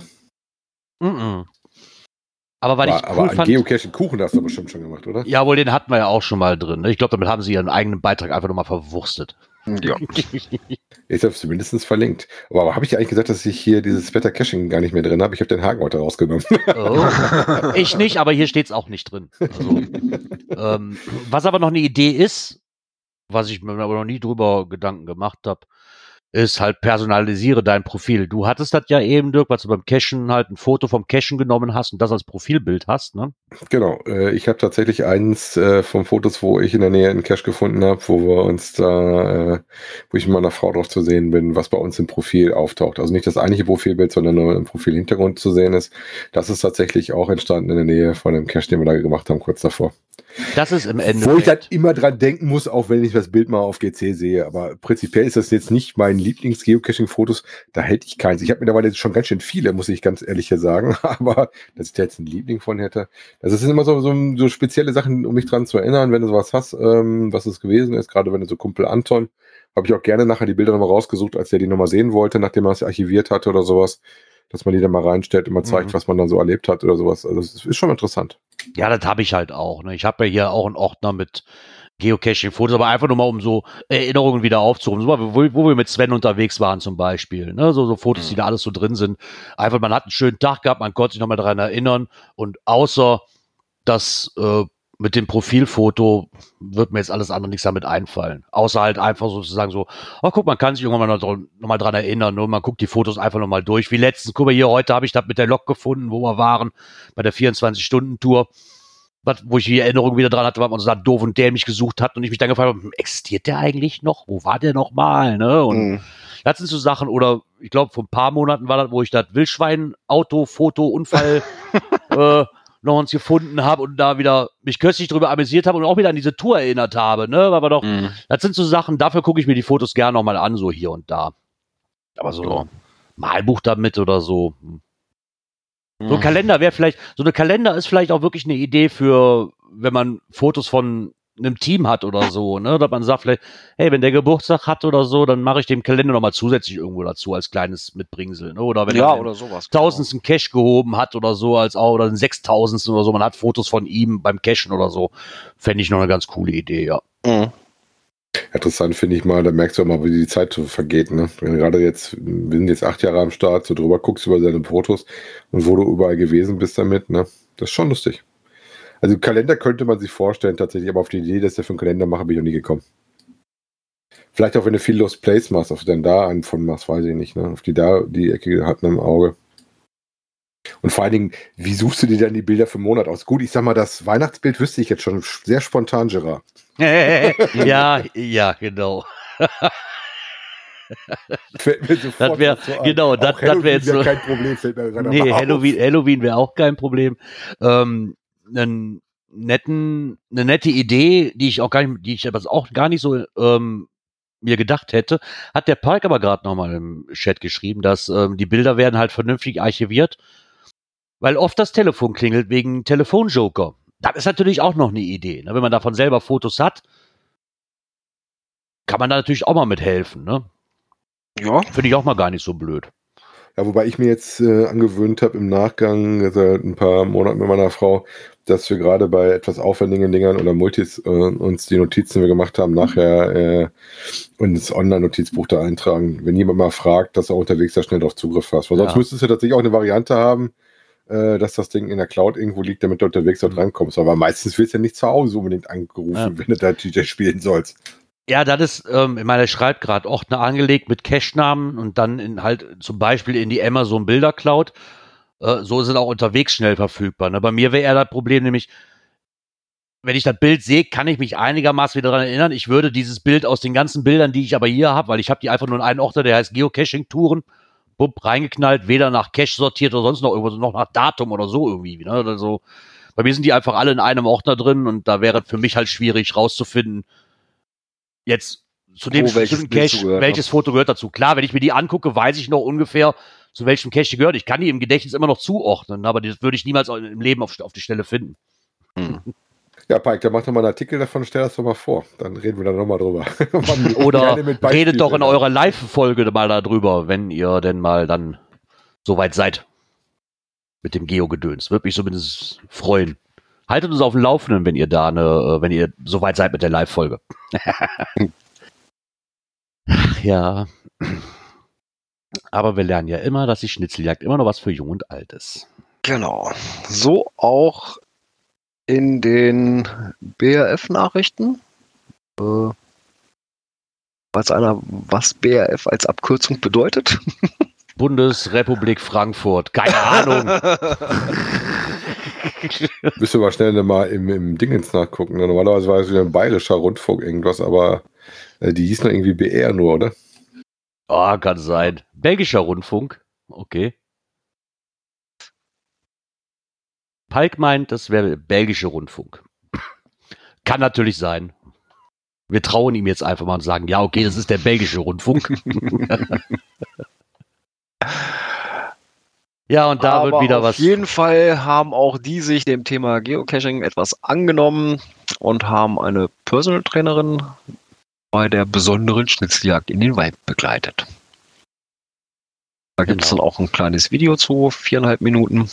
Aber weil aber einen Geocaching-Kuchen hast du bestimmt schon gemacht, oder? Jawohl, den hatten wir ja auch schon mal drin. Ne? Ich glaube, damit haben sie ihren eigenen Beitrag einfach nochmal verwurstet. Ja. Ich habe es zumindest verlinkt. Aber habe ich dir eigentlich gesagt, dass ich hier dieses Better Caching gar nicht mehr drin habe? Ich habe den Haken heute rausgenommen. Oh. Ich nicht, aber hier steht es auch nicht drin. Also, was aber noch eine Idee ist, was ich mir aber noch nie drüber Gedanken gemacht habe, ist halt, personalisiere dein Profil. Du hattest das ja eben, Dirk, weil du beim Cachen halt ein Foto vom Cachen genommen hast und das als Profilbild hast, ne? Genau. Ich habe tatsächlich eins von Fotos, wo ich in der Nähe einen Cache gefunden habe, wo wir uns da, wo ich mit meiner Frau drauf zu sehen bin, was bei uns im Profil auftaucht. Also nicht das eigentliche Profilbild, sondern nur im Profilhintergrund zu sehen ist. Das ist tatsächlich auch entstanden in der Nähe von dem Cache, den wir da gemacht haben, kurz davor. Das ist im Endeffekt. Wo ich dann immer dran denken muss, auch wenn ich das Bild mal auf GC sehe. Aber prinzipiell ist das jetzt nicht mein Lieblings-Geocaching-Fotos. Da hätte ich keins. Ich habe mittlerweile jetzt schon ganz schön viele, muss ich ganz ehrlich hier sagen. Aber dass ich da jetzt einen Liebling von hätte. Das sind immer so spezielle Sachen, um mich dran zu erinnern, wenn du sowas hast, was es gewesen ist. Gerade wenn du so Kumpel Anton, habe ich auch gerne nachher die Bilder nochmal rausgesucht, als der die nochmal sehen wollte, nachdem er es archiviert hatte oder sowas. Dass man die dann mal reinstellt und mal zeigt, was man dann so erlebt hat oder sowas. Also das ist schon interessant. Ja, das habe ich halt auch. Ne? Ich habe ja hier auch einen Ordner mit Geocaching-Fotos, aber einfach nur mal, um so Erinnerungen wieder aufzurufen. So, wo wir mit Sven unterwegs waren zum Beispiel. Ne? So Fotos, die da alles so drin sind. Einfach, man hat einen schönen Tag gehabt, man konnte sich nochmal daran erinnern. Und außer, dass mit dem Profilfoto wird mir jetzt alles andere nichts damit einfallen. Außer halt einfach sozusagen so, oh guck, man kann sich irgendwann noch mal dran erinnern, ne? Man guckt die Fotos einfach noch mal durch. Wie letztens, guck mal hier, heute habe ich das mit der Lok gefunden, wo wir waren, bei der 24-Stunden-Tour, wo ich die Erinnerung wieder dran hatte, weil man so doof und dämlich gesucht hat und ich mich dann gefragt habe, existiert der eigentlich noch? Wo war der noch mal? Ne? Und das sind so Sachen, oder ich glaube, vor ein paar Monaten war das, wo ich das Wildschwein-Auto, Foto, Unfall noch uns gefunden habe und da wieder mich kürzlich drüber amüsiert habe und auch wieder an diese Tour erinnert habe, ne, aber doch, das sind so Sachen, dafür gucke ich mir die Fotos gerne nochmal an, so hier und da. Aber so Malbuch damit oder so. So ein Kalender wäre vielleicht, so eine Kalender ist vielleicht auch wirklich eine Idee für, wenn man Fotos von einem Team hat oder so, ne, dass man sagt vielleicht, hey, wenn der Geburtstag hat oder so, dann mache ich dem Kalender nochmal zusätzlich irgendwo dazu als kleines Mitbringsel, ne, oder wenn er oder sowas, tausendsten Cache gehoben hat oder so, als auch, oder den 6.000. oder so, man hat Fotos von ihm beim Cachen oder so, fände ich noch eine ganz coole Idee, ja. Interessant finde ich mal, da merkst du auch mal, wie die Zeit so vergeht, ne? Wenn gerade jetzt, wir sind jetzt 8 Jahre am Start, so drüber guckst über seine Fotos und wo du überall gewesen bist damit, ne? Das ist schon lustig. Also Kalender könnte man sich vorstellen tatsächlich, aber auf die Idee, dass der für einen Kalender mache, bin ich noch nie gekommen. Vielleicht auch, wenn du viel Lost Place machst, auf dann da einen von machst, weiß ich nicht, ne? Auf die Ecke hat man im Auge. Und vor allen Dingen, wie suchst du dir dann die Bilder für einen Monat aus? Gut, ich sag mal, das Weihnachtsbild wüsste ich jetzt schon sehr spontan, Gerard. Ja, genau. Fällt mir sofort Das wäre, so genau, das wäre jetzt so. Kein Problem, fällt mir gerade Nee, mal auf. Halloween wäre auch kein Problem. Eine nette Idee, die ich aber auch gar nicht so mir gedacht hätte, hat der Park aber gerade nochmal im Chat geschrieben, dass die Bilder werden halt vernünftig archiviert, weil oft das Telefon klingelt wegen Telefonjoker. Das ist natürlich auch noch eine Idee, ne? Wenn man davon selber Fotos hat, kann man da natürlich auch mal mithelfen, ne? Ja. Finde ich auch mal gar nicht so blöd. Ja, wobei ich mir jetzt angewöhnt habe im Nachgang, seit ein paar Monaten mit meiner Frau, dass wir gerade bei etwas aufwendigen Dingern oder Multis uns die Notizen, die wir gemacht haben, nachher ins Online-Notizbuch da eintragen. Wenn jemand mal fragt, dass er unterwegs da schnell drauf Zugriff hast. Weil sonst müsstest du tatsächlich auch eine Variante haben, dass das Ding in der Cloud irgendwo liegt, damit du unterwegs dort rankommst. Aber meistens wird es ja nicht zu Hause unbedingt angerufen, wenn du da DJ spielen sollst. Ja, das ist, ich meine, er schreibt gerade Ordner angelegt mit Cache-Namen und dann halt zum Beispiel in die Amazon Bilder Cloud. So ist es auch unterwegs schnell verfügbar. Ne? Bei mir wäre eher das Problem, nämlich, wenn ich das Bild sehe, kann ich mich einigermaßen wieder daran erinnern. Ich würde dieses Bild aus den ganzen Bildern, die ich aber hier habe, weil ich habe die einfach nur in einen Ordner, der heißt Geocaching-Touren, reingeknallt, weder nach Cache sortiert oder sonst noch irgendwas, noch nach Datum oder so irgendwie. Ne? Also, bei mir sind die einfach alle in einem Ordner drin und da wäre es für mich halt schwierig rauszufinden, jetzt zu dem bestimmten Cache, welches Foto gehört dazu. Klar, wenn ich mir die angucke, weiß ich noch ungefähr, zu welchem Cache die gehört. Ich kann die im Gedächtnis immer noch zuordnen, aber das würde ich niemals im Leben auf die Stelle finden. Ja, Pike, dann mach doch mal einen Artikel davon, stell das doch mal vor. Dann reden wir da nochmal drüber. Oder redet doch in eurer Live-Folge mal darüber, wenn ihr denn mal dann soweit seid mit dem Geo-Gedöns. Würde mich zumindest freuen. Haltet uns auf dem Laufenden, wenn ihr soweit seid mit der Live-Folge. Ja. Aber wir lernen ja immer, dass die Schnitzeljagd immer noch was für Jung und Alt ist. Genau. So auch in den BRF-Nachrichten. Weiß einer, was BRF als Abkürzung bedeutet? Bundesrepublik Frankfurt. Keine Ahnung. Müsst ihr mal schnell mal im Dingens nachgucken. Normalerweise war es wieder ein bayerischer Rundfunk irgendwas, aber die hieß noch irgendwie BR nur, oder? Oh, kann sein. Belgischer Rundfunk. Okay. Palk meint, das wäre der belgische Rundfunk. Kann natürlich sein. Wir trauen ihm jetzt einfach mal und sagen, ja, okay, das ist der belgische Rundfunk. Ja, und da wird wieder was. Auf jeden Fall haben auch die sich dem Thema Geocaching etwas angenommen und haben eine Personal Trainerin bei der besonderen Schnitzeljagd in den Wald begleitet. Da gibt es dann auch ein kleines Video zu, 4,5 Minuten.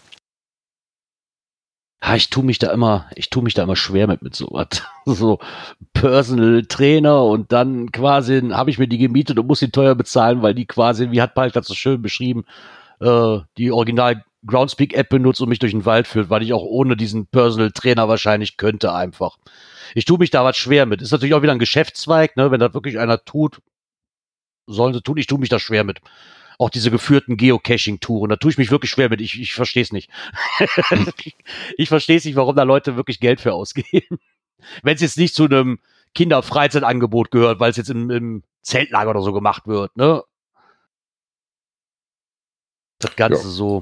Ja, ich tue mich da immer schwer mit sowas. So Personal Trainer und dann quasi habe ich mir die gemietet und muss die teuer bezahlen, weil die quasi, wie hat Palk das so schön beschrieben, die original Groundspeak-App benutzt und mich durch den Wald führt, weil ich auch ohne diesen Personal Trainer wahrscheinlich könnte einfach. Ich tue mich da was schwer mit. Ist natürlich auch wieder ein Geschäftszweig, ne? Wenn das wirklich einer tut, sollen sie tun. Ich tue mich da schwer mit. Auch diese geführten Geocaching-Touren, da tue ich mich wirklich schwer mit. Ich verstehe es nicht. Ich verstehe es nicht, warum da Leute wirklich Geld für ausgeben. Wenn es jetzt nicht zu einem Kinderfreizeitangebot gehört, weil es jetzt im Zeltlager oder so gemacht wird, ne? Das Ganze so.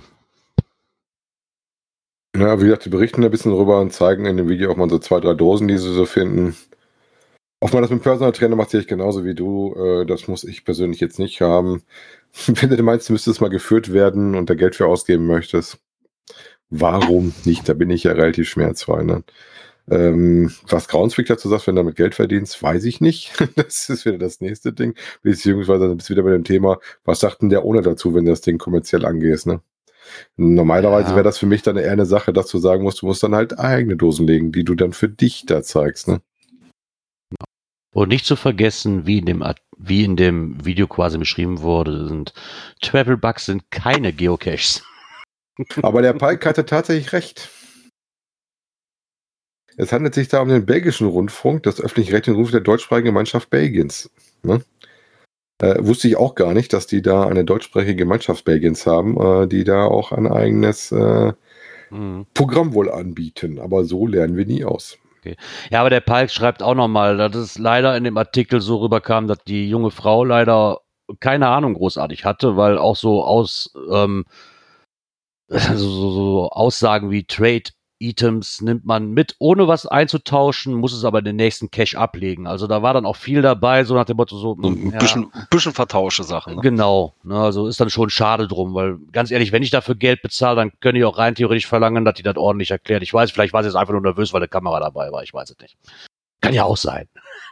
Ja, wie gesagt, die berichten ein bisschen drüber und zeigen in dem Video auch mal so 2, 3 Dosen, die sie so finden. Ob man das mit dem Personal Trainer macht, sehe ich genauso wie du. Das muss ich persönlich jetzt nicht haben. Wenn du meinst, du müsstest mal geführt werden und da Geld für ausgeben möchtest, warum nicht? Da bin ich ja relativ schmerzfrei. Ne? Was Groundspeak dazu sagt, wenn du damit Geld verdienst, weiß ich nicht. Das ist wieder das nächste Ding. Beziehungsweise dann bist du wieder bei dem Thema, was sagt denn der Owner dazu, wenn du das Ding kommerziell angehst, ne? Normalerweise wäre das für mich dann eher eine Sache, dass du sagen musst, du musst dann halt eigene Dosen legen, die du dann für dich da zeigst, ne? Und nicht zu vergessen, wie in dem Video quasi beschrieben wurde, sind Travel-Bugs sind keine Geocaches. Aber der Pike hatte tatsächlich recht. Es handelt sich da um den belgischen Rundfunk, das öffentlich-rechtliche Rundfunk der deutschsprachigen Gemeinschaft Belgiens. Ne? Wusste ich auch gar nicht, dass die da eine deutschsprachige Gemeinschaft Belgiens haben, die da auch ein eigenes Programm wohl anbieten. Aber so lernen wir nie aus. Okay. Ja, aber der Palk schreibt auch nochmal, dass es leider in dem Artikel so rüberkam, dass die junge Frau leider keine Ahnung großartig hatte, weil auch so so Aussagen wie Trade-Items nimmt man mit, ohne was einzutauschen, muss es aber den nächsten Cache ablegen. Also da war dann auch viel dabei, so nach dem Motto so ein bisschen vertausche Sachen. Ne? Genau, ne, also ist dann schon schade drum, weil ganz ehrlich, wenn ich dafür Geld bezahle, dann könnte ich auch rein theoretisch verlangen, dass die das ordentlich erklärt. Ich weiß, vielleicht war sie jetzt einfach nur nervös, weil eine Kamera dabei war, ich weiß es nicht. Kann ja auch sein.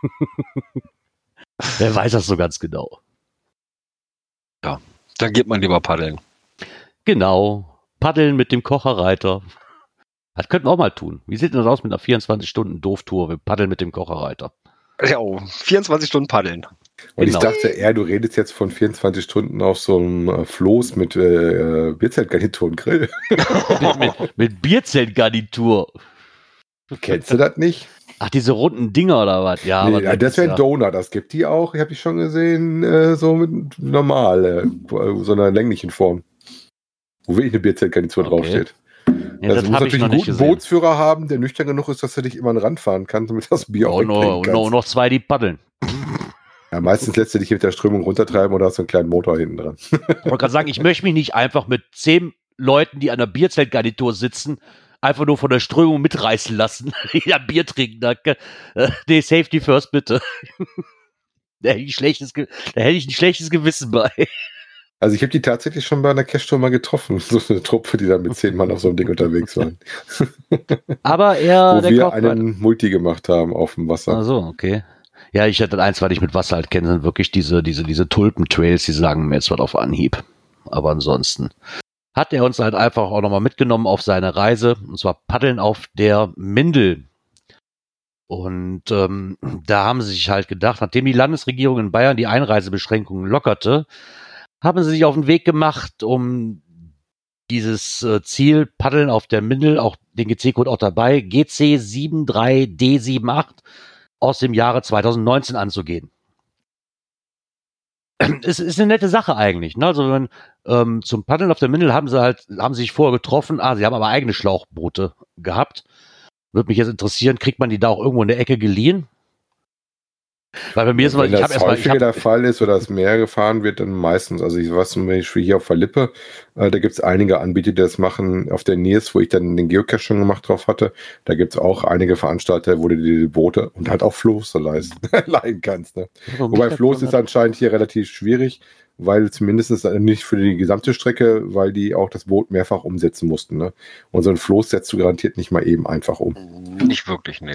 Wer weiß das so ganz genau. Ja, dann geht man lieber paddeln. Genau, paddeln mit dem Kocherreiter. Das könnten wir auch mal tun. Wie sieht denn das aus mit einer 24-Stunden-Doof-Tour? Wir paddeln mit dem Kocherreiter. Ja, 24 Stunden paddeln. Und Genau. ich dachte eher, du redest jetzt von 24 Stunden auf so einem Floß mit Bierzeltgarnitur und Grill. mit Bierzeltgarnitur. Kennst du das nicht? Ach, diese runden Dinger oder was? Ja, Nee, aber ja, das wäre ein Donut, das gibt die auch. Ich habe die schon gesehen, so mit normal, so einer länglichen Form. Wo wirklich eine Bierzeltgarnitur draufsteht. Ja, das muss natürlich einen guten Bootsführer haben, der nüchtern genug ist, dass er dich immer an den Rand fahren kann, damit das Bier auch wegtrinken kannst. noch 2, die paddeln. Ja, meistens lässt du dich mit der Strömung runtertreiben oder hast du einen kleinen Motor hinten dran. Ich wollte gerade sagen, ich möchte mich nicht einfach mit 10 Leuten, die an der Bierzeltgarnitur sitzen, einfach nur von der Strömung mitreißen lassen, die da Bier trinken. Nee, Safety first, bitte. Da hätte ich ein schlechtes Gewissen bei. Also ich habe die tatsächlich schon bei einer Cache-Tour mal getroffen. So eine Truppe, die da mit 10 Mann auf so einem Ding unterwegs waren. Aber eher wo wir einen Multi gemacht haben auf dem Wasser. Ach so, okay. Ja, ich hatte eins, weil ich mit Wasser halt kenne, sind wirklich diese Tulpentrails, die sagen mir jetzt was auf Anhieb. Aber ansonsten hat er uns halt einfach auch nochmal mitgenommen auf seine Reise, und zwar Paddeln auf der Mindel. Und da haben sie sich halt gedacht, nachdem die Landesregierung in Bayern die Einreisebeschränkungen lockerte, haben sie sich auf den Weg gemacht, um dieses Ziel Paddeln auf der Mindel, auch den GC-Code auch dabei, GC73D78 aus dem Jahre 2019 anzugehen. Es ist eine nette Sache eigentlich. Ne? Also wenn, zum Paddeln auf der Mindel haben sie sich vorher getroffen. Sie haben aber eigene Schlauchboote gehabt. Würde mich jetzt interessieren, kriegt man die da auch irgendwo in der Ecke geliehen? Weil bei mir ist wenn das häufiger der Fall ist oder das Meer gefahren wird, dann meistens. Also ich weiß zum Beispiel hier auf der Lippe, da gibt es einige Anbieter, die das machen. Auf der Niers, wo ich dann den Geocache schon gemacht drauf hatte, da gibt es auch einige Veranstalter, wo du die Boote und halt auch Floße leihen kannst. Ne? Wobei Floß ist anscheinend hier relativ schwierig, weil zumindest nicht für die gesamte Strecke, weil die auch das Boot mehrfach umsetzen mussten. Ne? Und so ein Floß setzt du garantiert nicht mal eben einfach um. Nicht wirklich, nee.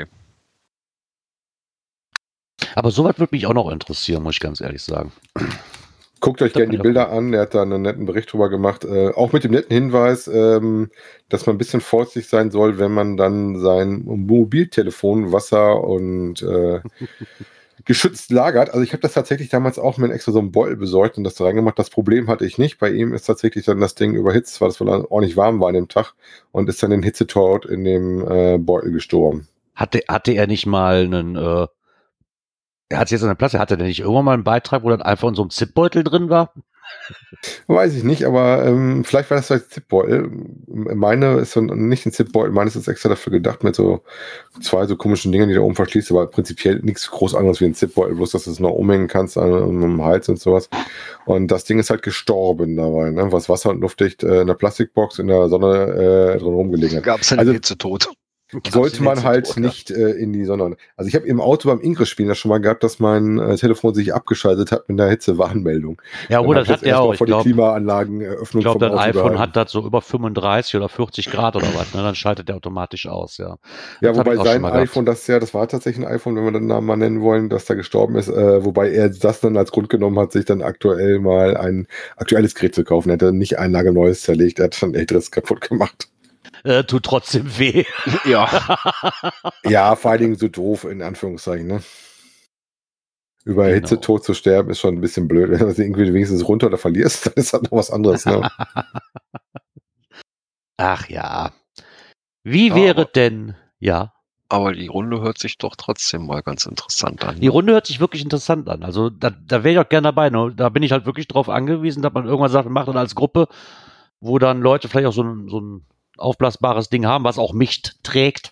Aber sowas würde mich auch noch interessieren, muss ich ganz ehrlich sagen. Guckt euch gerne die Bilder an, er hat da einen netten Bericht drüber gemacht, auch mit dem netten Hinweis, dass man ein bisschen vorsichtig sein soll, wenn man dann sein Mobiltelefon, Wasser und geschützt lagert. Also ich habe das tatsächlich damals auch mit extra so einem Beutel besorgt und das da reingemacht. Das Problem hatte ich nicht. Bei ihm ist tatsächlich dann das Ding überhitzt, weil es wohl ordentlich warm war an dem Tag und ist dann in Hitzetod in dem Beutel gestorben. Hatte er nicht mal einen, er hat jetzt an der Platte, hatte der nicht irgendwann mal einen Beitrag, wo dann einfach in so einem Zipbeutel drin war? Weiß ich nicht, aber vielleicht war das ein Zipbeutel. Meine ist so nicht ein Zipbeutel, meine ist extra dafür gedacht mit so 2 so komischen Dingen, die da oben verschließt, aber prinzipiell nichts groß anderes wie ein Zipbeutel, bloß dass du es noch umhängen kannst an dem Hals und sowas. Und das Ding ist halt gestorben dabei, ne? Was wasser- und luftdicht in der Plastikbox in der Sonne drin rumgelegen hat. Gab es einen Hitzetod? Sollte man halt nicht in die Sonne. Also ich habe im Auto beim Ingress-Spielen das schon mal gehabt, dass mein Telefon sich abgeschaltet hat mit einer Hitzewarnmeldung. Ja, oder das hat der auch. Ich glaube, Klimaanlageneröffnung. Ich glaube, dein iPhone hat das so über 35 oder 40 Grad oder was, ne? Dann schaltet der automatisch aus, ja. Ja, wobei sein iPhone, das war tatsächlich ein iPhone, wenn wir den Namen mal nennen wollen, dass da gestorben ist, wobei er das dann als Grund genommen hat, sich dann aktuell mal ein aktuelles Gerät zu kaufen. Er hat dann nicht ein nagelneues zerlegt, er hat schon ein älteres kaputt gemacht. Tut trotzdem weh. Ja. Ja, vor allen Dingen so doof, in Anführungszeichen, ne? Über Hitzetod zu sterben ist schon ein bisschen blöd. Wenn du das irgendwie wenigstens runter oder verlierst, dann ist das noch was anderes, ne? Ach ja. Wie wäre denn, ja? Aber die Runde hört sich doch trotzdem mal ganz interessant an. Die Runde hört sich wirklich interessant an. Also da wäre ich auch gerne dabei. Ne? Da bin ich halt wirklich drauf angewiesen, dass man irgendwann sagt, man macht dann als Gruppe, wo dann Leute vielleicht auch so ein aufblasbares Ding haben, was auch mich trägt.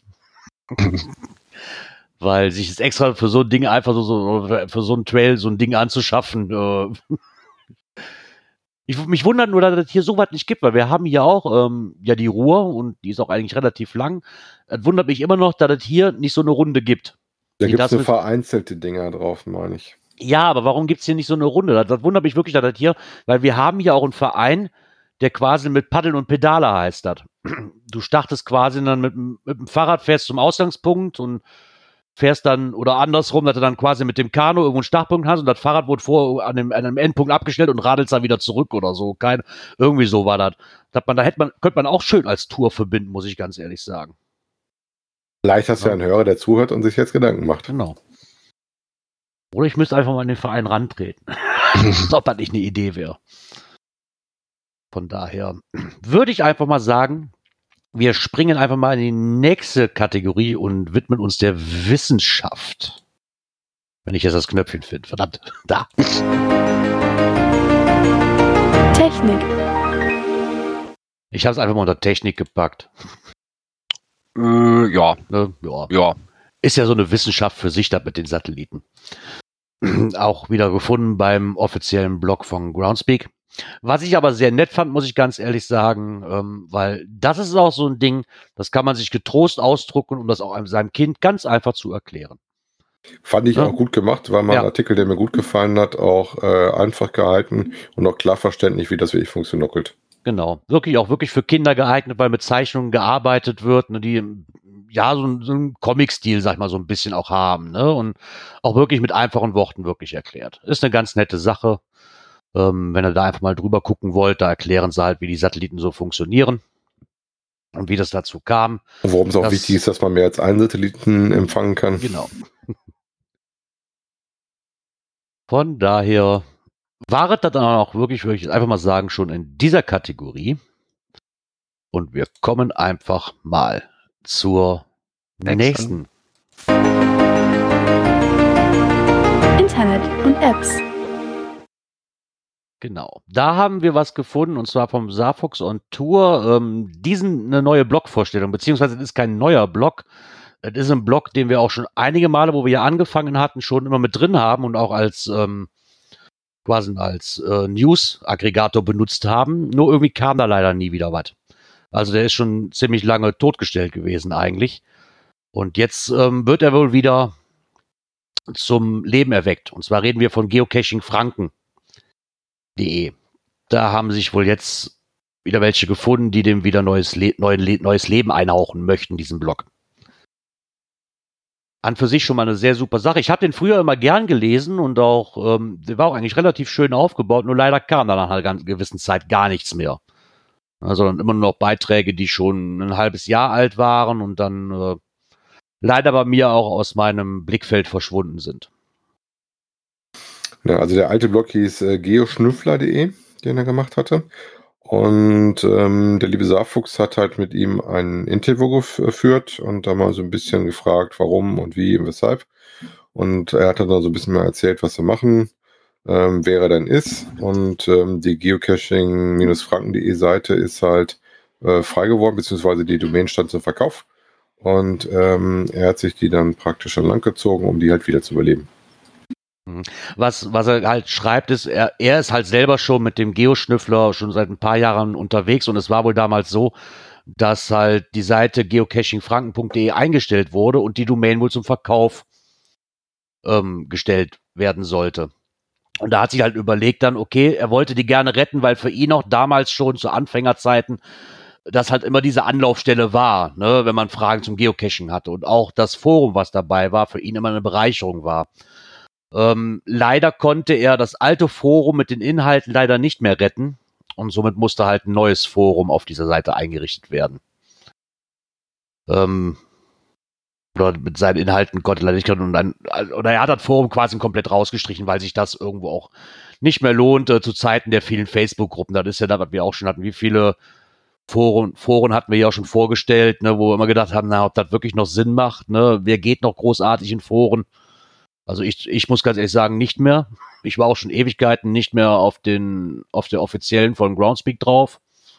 Weil sich es extra für so ein Ding einfach so für so einen Trail so ein Ding anzuschaffen. Mich wundert nur, dass es hier so was nicht gibt, weil wir haben hier auch ja die Ruhr und die ist auch eigentlich relativ lang. Es wundert mich immer noch, dass es hier nicht so eine Runde gibt. Da gibt es nur vereinzelte Dinger drauf, meine ich. Ja, aber warum gibt es hier nicht so eine Runde? Das wundert mich wirklich, dass das hier, weil wir haben hier auch einen Verein, der quasi mit Paddeln und Pedale heißt das. Du startest quasi dann mit dem Fahrrad, fährst zum Ausgangspunkt und fährst dann, oder andersrum, dass du dann quasi mit dem Kanu irgendwo einen Startpunkt hast und das Fahrrad wurde an einem Endpunkt abgestellt und radelst dann wieder zurück oder so. Irgendwie so war das. Könnte man auch schön als Tour verbinden, muss ich ganz ehrlich sagen. Vielleicht hast du ja einen Hörer, der zuhört und sich jetzt Gedanken macht. Genau. Oder ich müsste einfach mal in den Verein rantreten. Ob das nicht eine Idee wäre. Von daher würde ich einfach mal sagen, wir springen einfach mal in die nächste Kategorie und widmen uns der Wissenschaft. Wenn ich jetzt das Knöpfchen finde. Verdammt, da. Technik. Ich habe es einfach mal unter Technik gepackt. Ja. Ne? Ja. Ist ja so eine Wissenschaft für sich, das mit den Satelliten. Auch wieder gefunden beim offiziellen Blog von Groundspeak. Was ich aber sehr nett fand, muss ich ganz ehrlich sagen, weil das ist auch so ein Ding, das kann man sich getrost ausdrucken, um das auch seinem Kind ganz einfach zu erklären. Fand ich auch gut gemacht, war mal ein Artikel, der mir gut gefallen hat, auch einfach gehalten und auch klar verständlich, wie das wirklich funktioniert. Genau, wirklich für Kinder geeignet, weil mit Zeichnungen gearbeitet wird, ne, die ja so einen Comic-Stil, sag ich mal, so ein bisschen auch haben, ne, und auch wirklich mit einfachen Worten wirklich erklärt. Ist eine ganz nette Sache. Wenn ihr da einfach mal drüber gucken wollt, da erklären sie halt, wie die Satelliten so funktionieren und wie das dazu kam. Und warum es auch wichtig ist, dass man mehr als einen Satelliten empfangen kann. Genau. Von daher war es dann auch wirklich, würde ich einfach mal sagen, schon in dieser Kategorie. Und wir kommen einfach mal zur nächsten. Internet und Apps. Genau. Da haben wir was gefunden, und zwar vom Saarfuchs on Tour. Eine neue Blogvorstellung, beziehungsweise es ist kein neuer Blog. Es ist ein Blog, den wir auch schon einige Male, wo wir ja angefangen hatten, schon immer mit drin haben und auch als quasi als News-Aggregator benutzt haben. Nur irgendwie kam da leider nie wieder was. Also der ist schon ziemlich lange totgestellt gewesen eigentlich. Und jetzt wird er wohl wieder zum Leben erweckt. Und zwar reden wir von geocachingfranken.de. Da haben sich wohl jetzt wieder welche gefunden, die dem wieder neues Leben einhauchen möchten, diesen Blog. An für sich schon mal eine sehr super Sache. Ich habe den früher immer gern gelesen und auch, der war auch eigentlich relativ schön aufgebaut, nur leider kam da nach einer ganz gewissen Zeit gar nichts mehr. Sondern immer nur noch Beiträge, die schon ein halbes Jahr alt waren und dann leider bei mir auch aus meinem Blickfeld verschwunden sind. Ja, also der alte Blog hieß geoschnüffler.de, den er gemacht hatte. Und der liebe Saarfuchs hat halt mit ihm ein Interview geführt und da mal so ein bisschen gefragt, warum und wie und weshalb. Und er hat dann so ein bisschen mal erzählt, was er machen, wer er denn ist. Und die geocaching-franken.de Seite ist halt frei geworden, beziehungsweise die Domain stand zum Verkauf. Und er hat sich die dann praktisch an Land gezogen, um die halt wieder zu überleben. Was er halt schreibt, ist, er ist halt selber schon mit dem Geoschnüffler schon seit ein paar Jahren unterwegs und es war wohl damals so, dass halt die Seite geocachingfranken.de eingestellt wurde und die Domain wohl zum Verkauf gestellt werden sollte. Und da hat sich halt überlegt dann, okay, er wollte die gerne retten, weil für ihn auch damals schon zu Anfängerzeiten das halt immer diese Anlaufstelle war, ne, wenn man Fragen zum Geocaching hatte und auch das Forum, was dabei war, für ihn immer eine Bereicherung war. Leider konnte er das alte Forum mit den Inhalten leider nicht mehr retten und somit musste halt ein neues Forum auf dieser Seite eingerichtet werden. Oder mit seinen Inhalten konnte leider nicht, oder er hat das Forum quasi komplett rausgestrichen, weil sich das irgendwo auch nicht mehr lohnt, zu Zeiten der vielen Facebook-Gruppen. Das ist ja da, was wir auch schon hatten, wie viele Foren hatten wir ja auch schon vorgestellt, ne, wo wir immer gedacht haben, na, ob das wirklich noch Sinn macht, ne, wer geht noch großartig in Foren? Also ich muss ganz ehrlich sagen, nicht mehr. Ich war auch schon Ewigkeiten nicht mehr auf der offiziellen von Groundspeak drauf.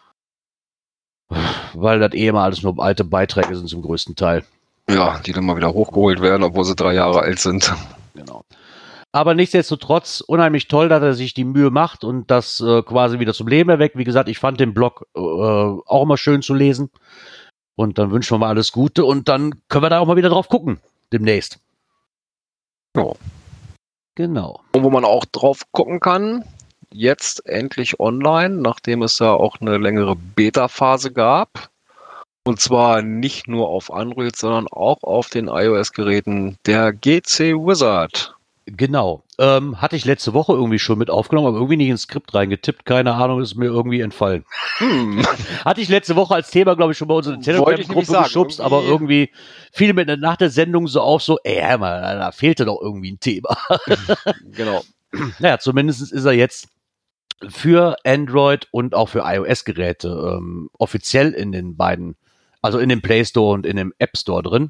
Weil das immer alles nur alte Beiträge sind zum größten Teil. Ja, die dann mal wieder hochgeholt werden, obwohl sie 3 Jahre alt sind. Genau. Aber nichtsdestotrotz unheimlich toll, dass er sich die Mühe macht und das quasi wieder zum Leben erweckt. Wie gesagt, ich fand den Blog auch immer schön zu lesen. Und dann wünschen wir mal alles Gute und dann können wir da auch mal wieder drauf gucken, demnächst. Ja. Genau. Und wo man auch drauf gucken kann, jetzt endlich online, nachdem es ja auch eine längere Beta-Phase gab. Und zwar nicht nur auf Android, sondern auch auf den iOS-Geräten, der GC Wizard. Genau. Hatte ich letzte Woche irgendwie schon mit aufgenommen, aber irgendwie nicht ins Skript reingetippt. Keine Ahnung, ist mir irgendwie entfallen. Hatte ich letzte Woche als Thema, glaube ich, schon bei unserer Telegram-Gruppe geschubst, aber irgendwie fiel mir nach der Sendung so auf, so, da fehlte doch irgendwie ein Thema. Genau. Naja, zumindest ist er jetzt für Android und auch für iOS-Geräte offiziell in den beiden, also in dem Play Store und in dem App Store drin.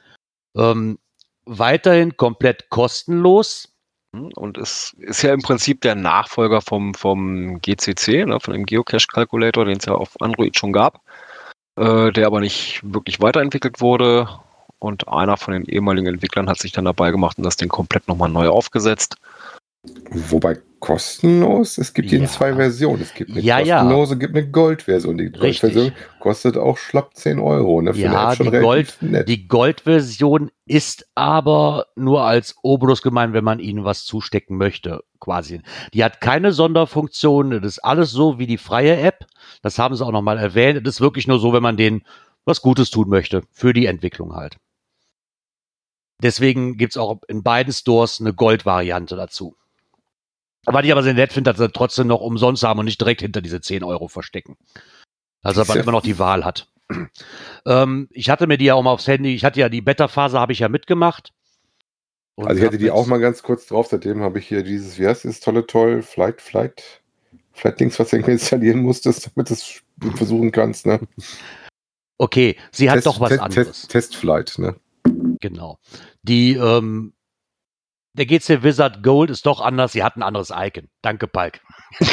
Weiterhin komplett kostenlos. Und es ist ja im Prinzip der Nachfolger vom GCC, ne, von dem Geocache Calculator, den es ja auf Android schon gab, der aber nicht wirklich weiterentwickelt wurde. Und einer von den ehemaligen Entwicklern hat sich dann dabei gemacht und das Ding komplett nochmal neu aufgesetzt. Wobei kostenlos, es gibt hier 2 Versionen. Es gibt eine kostenlose, gibt eine Gold-Version. Die Gold-Version kostet auch schlapp 10 €. Ne? Ja, die Gold-Version ist aber nur als Obolus gemeint, wenn man ihnen was zustecken möchte, quasi. Die hat keine Sonderfunktion, das ist alles so wie die freie App. Das haben sie auch nochmal erwähnt. Das ist wirklich nur so, wenn man denen was Gutes tun möchte, für die Entwicklung halt. Deswegen gibt es auch in beiden Stores eine Gold-Variante dazu. Was ich aber sehr nett finde, dass sie trotzdem noch umsonst haben und nicht direkt hinter diese 10 € verstecken. Also, dass man immer noch die Wahl hat. Ich hatte mir die ja auch mal aufs Handy, ich hatte ja die Beta-Phase, habe ich ja mitgemacht. Und also ich hatte die auch mal ganz kurz drauf, seitdem habe ich hier dieses, wie heißt das, tolle Flight-Dings, was du irgendwie installieren musstest, damit du es versuchen kannst, ne? Okay, sie hat doch was anderes. Testflight, ne? Genau. Der GC Wizard Gold ist doch anders, sie hat ein anderes Icon. Danke, Palk.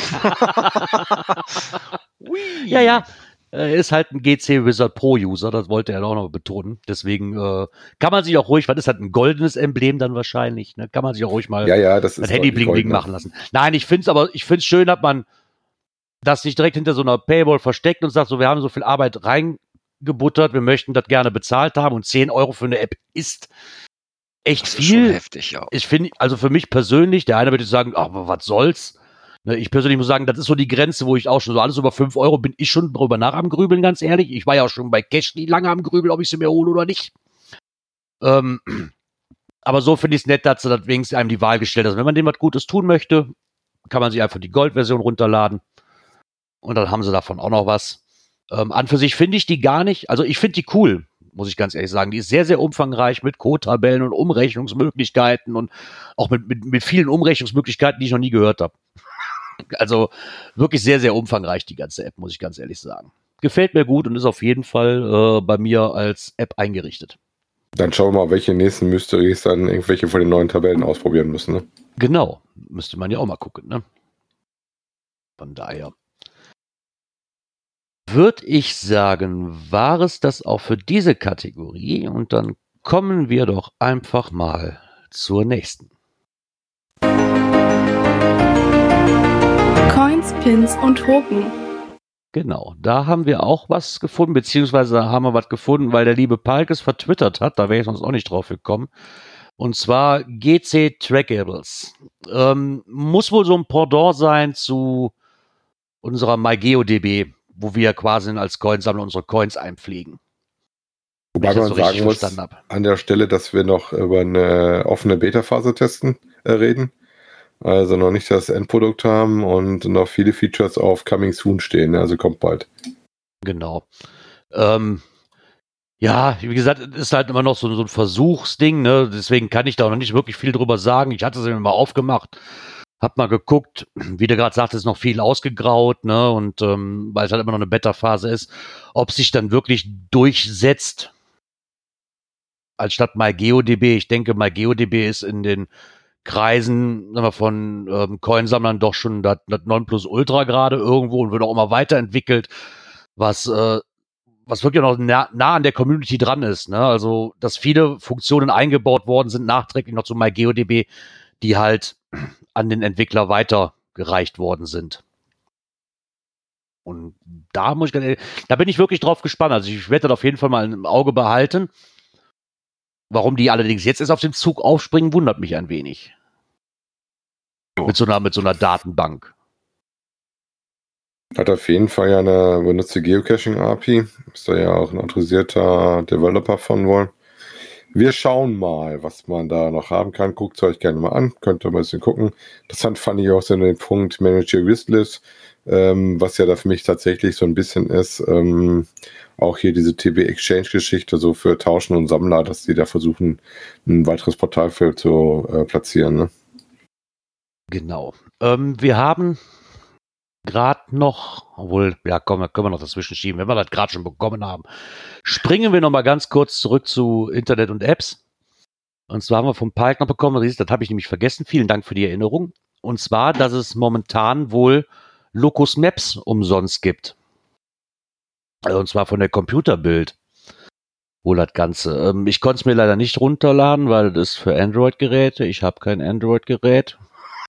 Ja, ist halt ein GC Wizard Pro User, das wollte er auch noch betonen. Deswegen kann man sich auch ruhig, was ist halt ein goldenes Emblem dann wahrscheinlich, ne? Kann man sich auch ruhig mal das Handy bling bling machen lassen. Nein, ich finde es schön, dass man das nicht direkt hinter so einer Paywall versteckt und sagt, so, wir haben so viel Arbeit reingebuttert, wir möchten das gerne bezahlt haben und 10 € für eine App ist echt das viel. Ist schon heftig, ja. Ich finde, also für mich persönlich, der eine würde sagen, aber was soll's? Ne, ich persönlich muss sagen, das ist so die Grenze, wo ich auch schon so alles über 5 € bin ich schon drüber nach am Grübeln, ganz ehrlich. Ich war ja auch schon bei Cashly lange am Grübeln, ob ich sie mir hole oder nicht. Aber so finde ich es nett, dass sie das wenigstens einem die Wahl gestellt hat. Wenn man dem was Gutes tun möchte, kann man sich einfach die Gold-Version runterladen. Und dann haben sie davon auch noch was. An für sich finde ich die gar nicht, also ich finde die cool. muss ich ganz ehrlich sagen. Die ist sehr, sehr umfangreich mit Code-Tabellen und Umrechnungsmöglichkeiten und auch mit vielen Umrechnungsmöglichkeiten, die ich noch nie gehört habe. Also wirklich sehr, sehr umfangreich, die ganze App, muss ich ganz ehrlich sagen. Gefällt mir gut und ist auf jeden Fall bei mir als App eingerichtet. Dann schauen wir mal, welche nächsten Mysteries dann irgendwelche von den neuen Tabellen ausprobieren müssen. Ne? Genau, müsste man ja auch mal gucken. Ne? Von daher würde ich sagen, war es das auch für diese Kategorie und dann kommen wir doch einfach mal zur nächsten. Coins, Pins und Token. Genau, da haben wir auch was gefunden, beziehungsweise haben wir was gefunden, weil der liebe Palk es vertwittert hat, da wäre ich sonst auch nicht drauf gekommen. Und zwar GC Trackables. Muss wohl so ein Pendant sein zu unserer MyGeoDB, wo wir quasi als Coinsammler unsere Coins einpflegen. Wobei man sagen muss, an der Stelle, dass wir noch über eine offene Beta-Phase reden. Also noch nicht das Endprodukt haben und noch viele Features auf Coming Soon stehen. Also kommt bald. Genau. Ja, wie gesagt, ist halt immer noch so ein Versuchsding, ne? Deswegen kann ich da noch nicht wirklich viel drüber sagen. Ich hatte es mir mal aufgemacht, hab mal geguckt, wie du gerade sagst, ist noch viel ausgegraut, ne? Und weil es halt immer noch eine Beta-Phase ist, ob sich dann wirklich durchsetzt als statt MyGeoDB. Ich denke, MyGeoDB ist in den Kreisen von Coinsammlern doch schon das Nonplusultra gerade irgendwo und wird auch immer weiterentwickelt, was wirklich noch nah an der Community dran ist. Ne? Also, dass viele Funktionen eingebaut worden sind, nachträglich noch zu MyGeoDB, die halt an den Entwickler weitergereicht worden sind. Und da bin ich wirklich drauf gespannt. Also ich werde das auf jeden Fall mal im Auge behalten. Warum die allerdings jetzt erst auf den Zug aufspringen, wundert mich ein wenig. Mit so einer Datenbank. Hat auf jeden Fall ja eine benutzte Geocaching-API. Ist da ja auch ein autorisierter Developer von wohl. Wir schauen mal, was man da noch haben kann. Guckt es euch gerne mal an. Könnt ihr mal ein bisschen gucken. Interessant fand ich auch so den Punkt Manage Your Wishlist, was ja da für mich tatsächlich so ein bisschen ist. Auch hier diese TB-Exchange-Geschichte, so für Tauschen und Sammler, dass die da versuchen, ein weiteres Portal für zu platzieren. Ne? Genau. Wir haben gerade noch, können wir noch dazwischen schieben, wenn wir das gerade schon bekommen haben. Springen wir noch mal ganz kurz zurück zu Internet und Apps. Und zwar haben wir vom Palk noch bekommen, das habe ich nämlich vergessen, vielen Dank für die Erinnerung. Und zwar, dass es momentan wohl Locus Maps umsonst gibt. Und zwar von der Computerbild. Wohl das Ganze. Ich konnte es mir leider nicht runterladen, weil das ist für Android-Geräte. Ich habe kein Android-Gerät.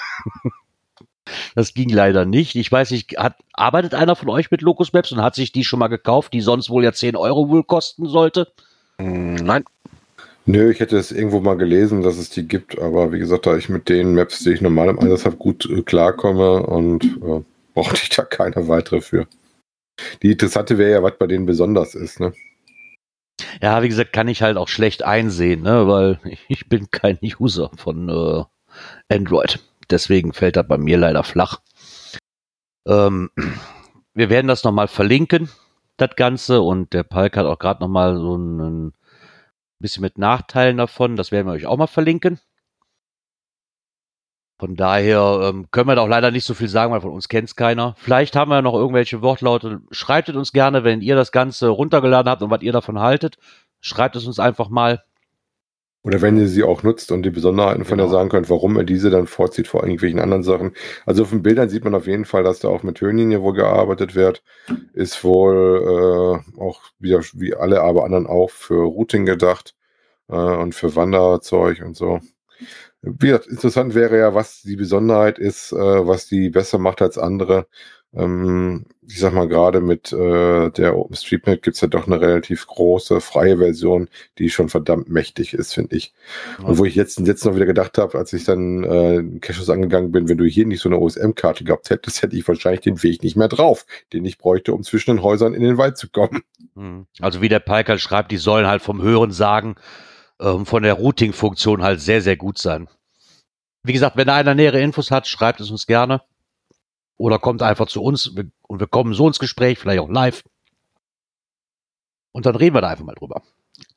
Das ging leider nicht. Ich weiß nicht, arbeitet einer von euch mit Locus Maps und hat sich die schon mal gekauft, die sonst wohl ja 10 € wohl kosten sollte? Nein. Nö, ich hätte es irgendwo mal gelesen, dass es die gibt, aber wie gesagt, da ich mit den Maps, die ich normal im Einsatz habe, gut klarkomme und brauchte ich da keine weitere für. Die interessante wäre ja, was bei denen besonders ist, ne? Ja, wie gesagt, kann ich halt auch schlecht einsehen, ne, weil ich bin kein User von Android. Deswegen fällt das bei mir leider flach. Wir werden das nochmal verlinken, das Ganze. Und der Palk hat auch gerade nochmal so ein bisschen mit Nachteilen davon. Das werden wir euch auch mal verlinken. Von daher können wir da auch leider nicht so viel sagen, weil von uns kennt es keiner. Vielleicht haben wir noch irgendwelche Wortlaute. Schreibt es uns gerne, wenn ihr das Ganze runtergeladen habt und was ihr davon haltet. Schreibt es uns einfach mal. Oder wenn ihr sie auch nutzt und die Besonderheiten von der sagen könnt, warum ihr diese dann vorzieht vor irgendwelchen anderen Sachen. Also auf den Bildern sieht man auf jeden Fall, dass da auch mit Höhenlinie wohl gearbeitet wird. Ist wohl auch wieder wie alle aber anderen auch für Routing gedacht und für Wanderzeug und so. Wie gesagt, interessant wäre ja, was die Besonderheit ist, was die besser macht als andere. Ich sag mal, gerade mit der OpenStreetMap gibt es ja doch eine relativ große, freie Version, die schon verdammt mächtig ist, finde ich. Ja. Und wo ich jetzt noch wieder gedacht habe, als ich dann Caches angegangen bin, wenn du hier nicht so eine OSM-Karte gehabt hättest, hätte ich wahrscheinlich den Weg nicht mehr drauf, den ich bräuchte, um zwischen den Häusern in den Wald zu kommen. Also wie der Palk halt schreibt, die sollen halt vom Hören sagen, von der Routing-Funktion halt sehr, sehr gut sein. Wie gesagt, wenn einer nähere Infos hat, schreibt es uns gerne. Oder kommt einfach zu uns und wir kommen so ins Gespräch, vielleicht auch live. Und dann reden wir da einfach mal drüber.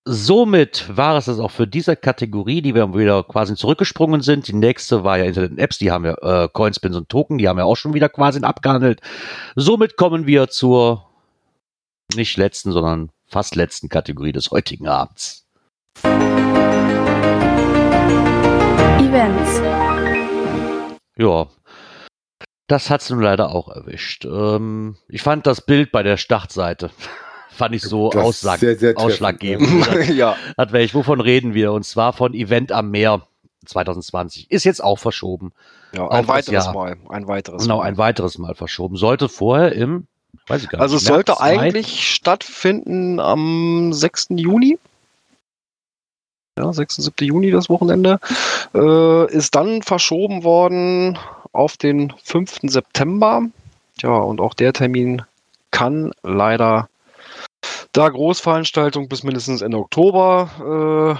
somit war es das auch für diese Kategorie, die wir wieder quasi zurückgesprungen sind. Die nächste war ja Internet und Apps, die haben wir, Coins, Pins und Token, die haben wir auch schon wieder quasi abgehandelt. Somit kommen wir zur nicht letzten, sondern fast letzten Kategorie des heutigen Abends. Events. Ja, das hat's nun leider auch erwischt. Ich fand das Bild bei der Startseite fand ich so Das ist sehr, sehr ausschlaggebend. Ja. Wovon reden wir? Und zwar von Event am Meer 2020. Ist jetzt auch verschoben. Ja, Auf ein das weiteres Jahr. Mal. Ein weiteres Genau, Mal. ein weiteres Mal verschoben. Sollte vorher weiß ich gar nicht. Also es März, sollte Mai? eigentlich stattfinden am 6. Juni. Ja, 6. 7. Juni, das Wochenende. Ist dann verschoben worden auf den 5. September. Tja, und auch der Termin kann leider, da Großveranstaltung bis mindestens Ende Oktober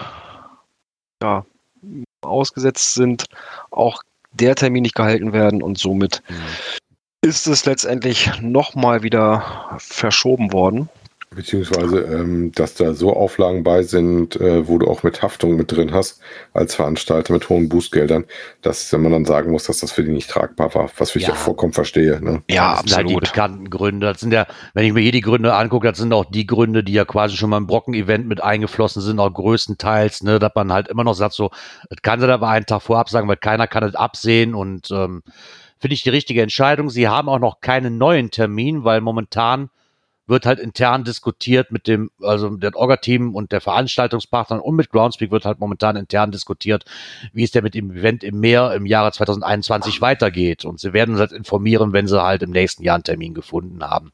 ausgesetzt sind, auch der Termin nicht gehalten werden und somit ist es letztendlich nochmal wieder verschoben worden. Beziehungsweise, dass da so Auflagen bei sind, wo du auch mit Haftung mit drin hast, als Veranstalter mit hohen Bußgeldern, dass man dann sagen muss, dass das für die nicht tragbar war, was ich Ja. auch vollkommen verstehe. Ne? Ja, Das sind halt die bekannten Gründe. Das sind ja, wenn ich mir hier die Gründe angucke, das sind auch die Gründe, die ja quasi schon mal im Brocken-Event mit eingeflossen sind, auch größtenteils, ne, dass man halt immer noch sagt, so, das kann sie aber einen Tag vorab sagen, weil keiner kann es absehen und finde ich die richtige Entscheidung. Sie haben auch noch keinen neuen Termin, weil momentan wird halt intern diskutiert mit dem Orga-Team und der Veranstaltungspartner und mit Groundspeak wird halt momentan intern diskutiert, wie es denn mit dem Event im Meer im Jahre 2021 weitergeht. Und sie werden uns halt informieren, wenn sie halt im nächsten Jahr einen Termin gefunden haben.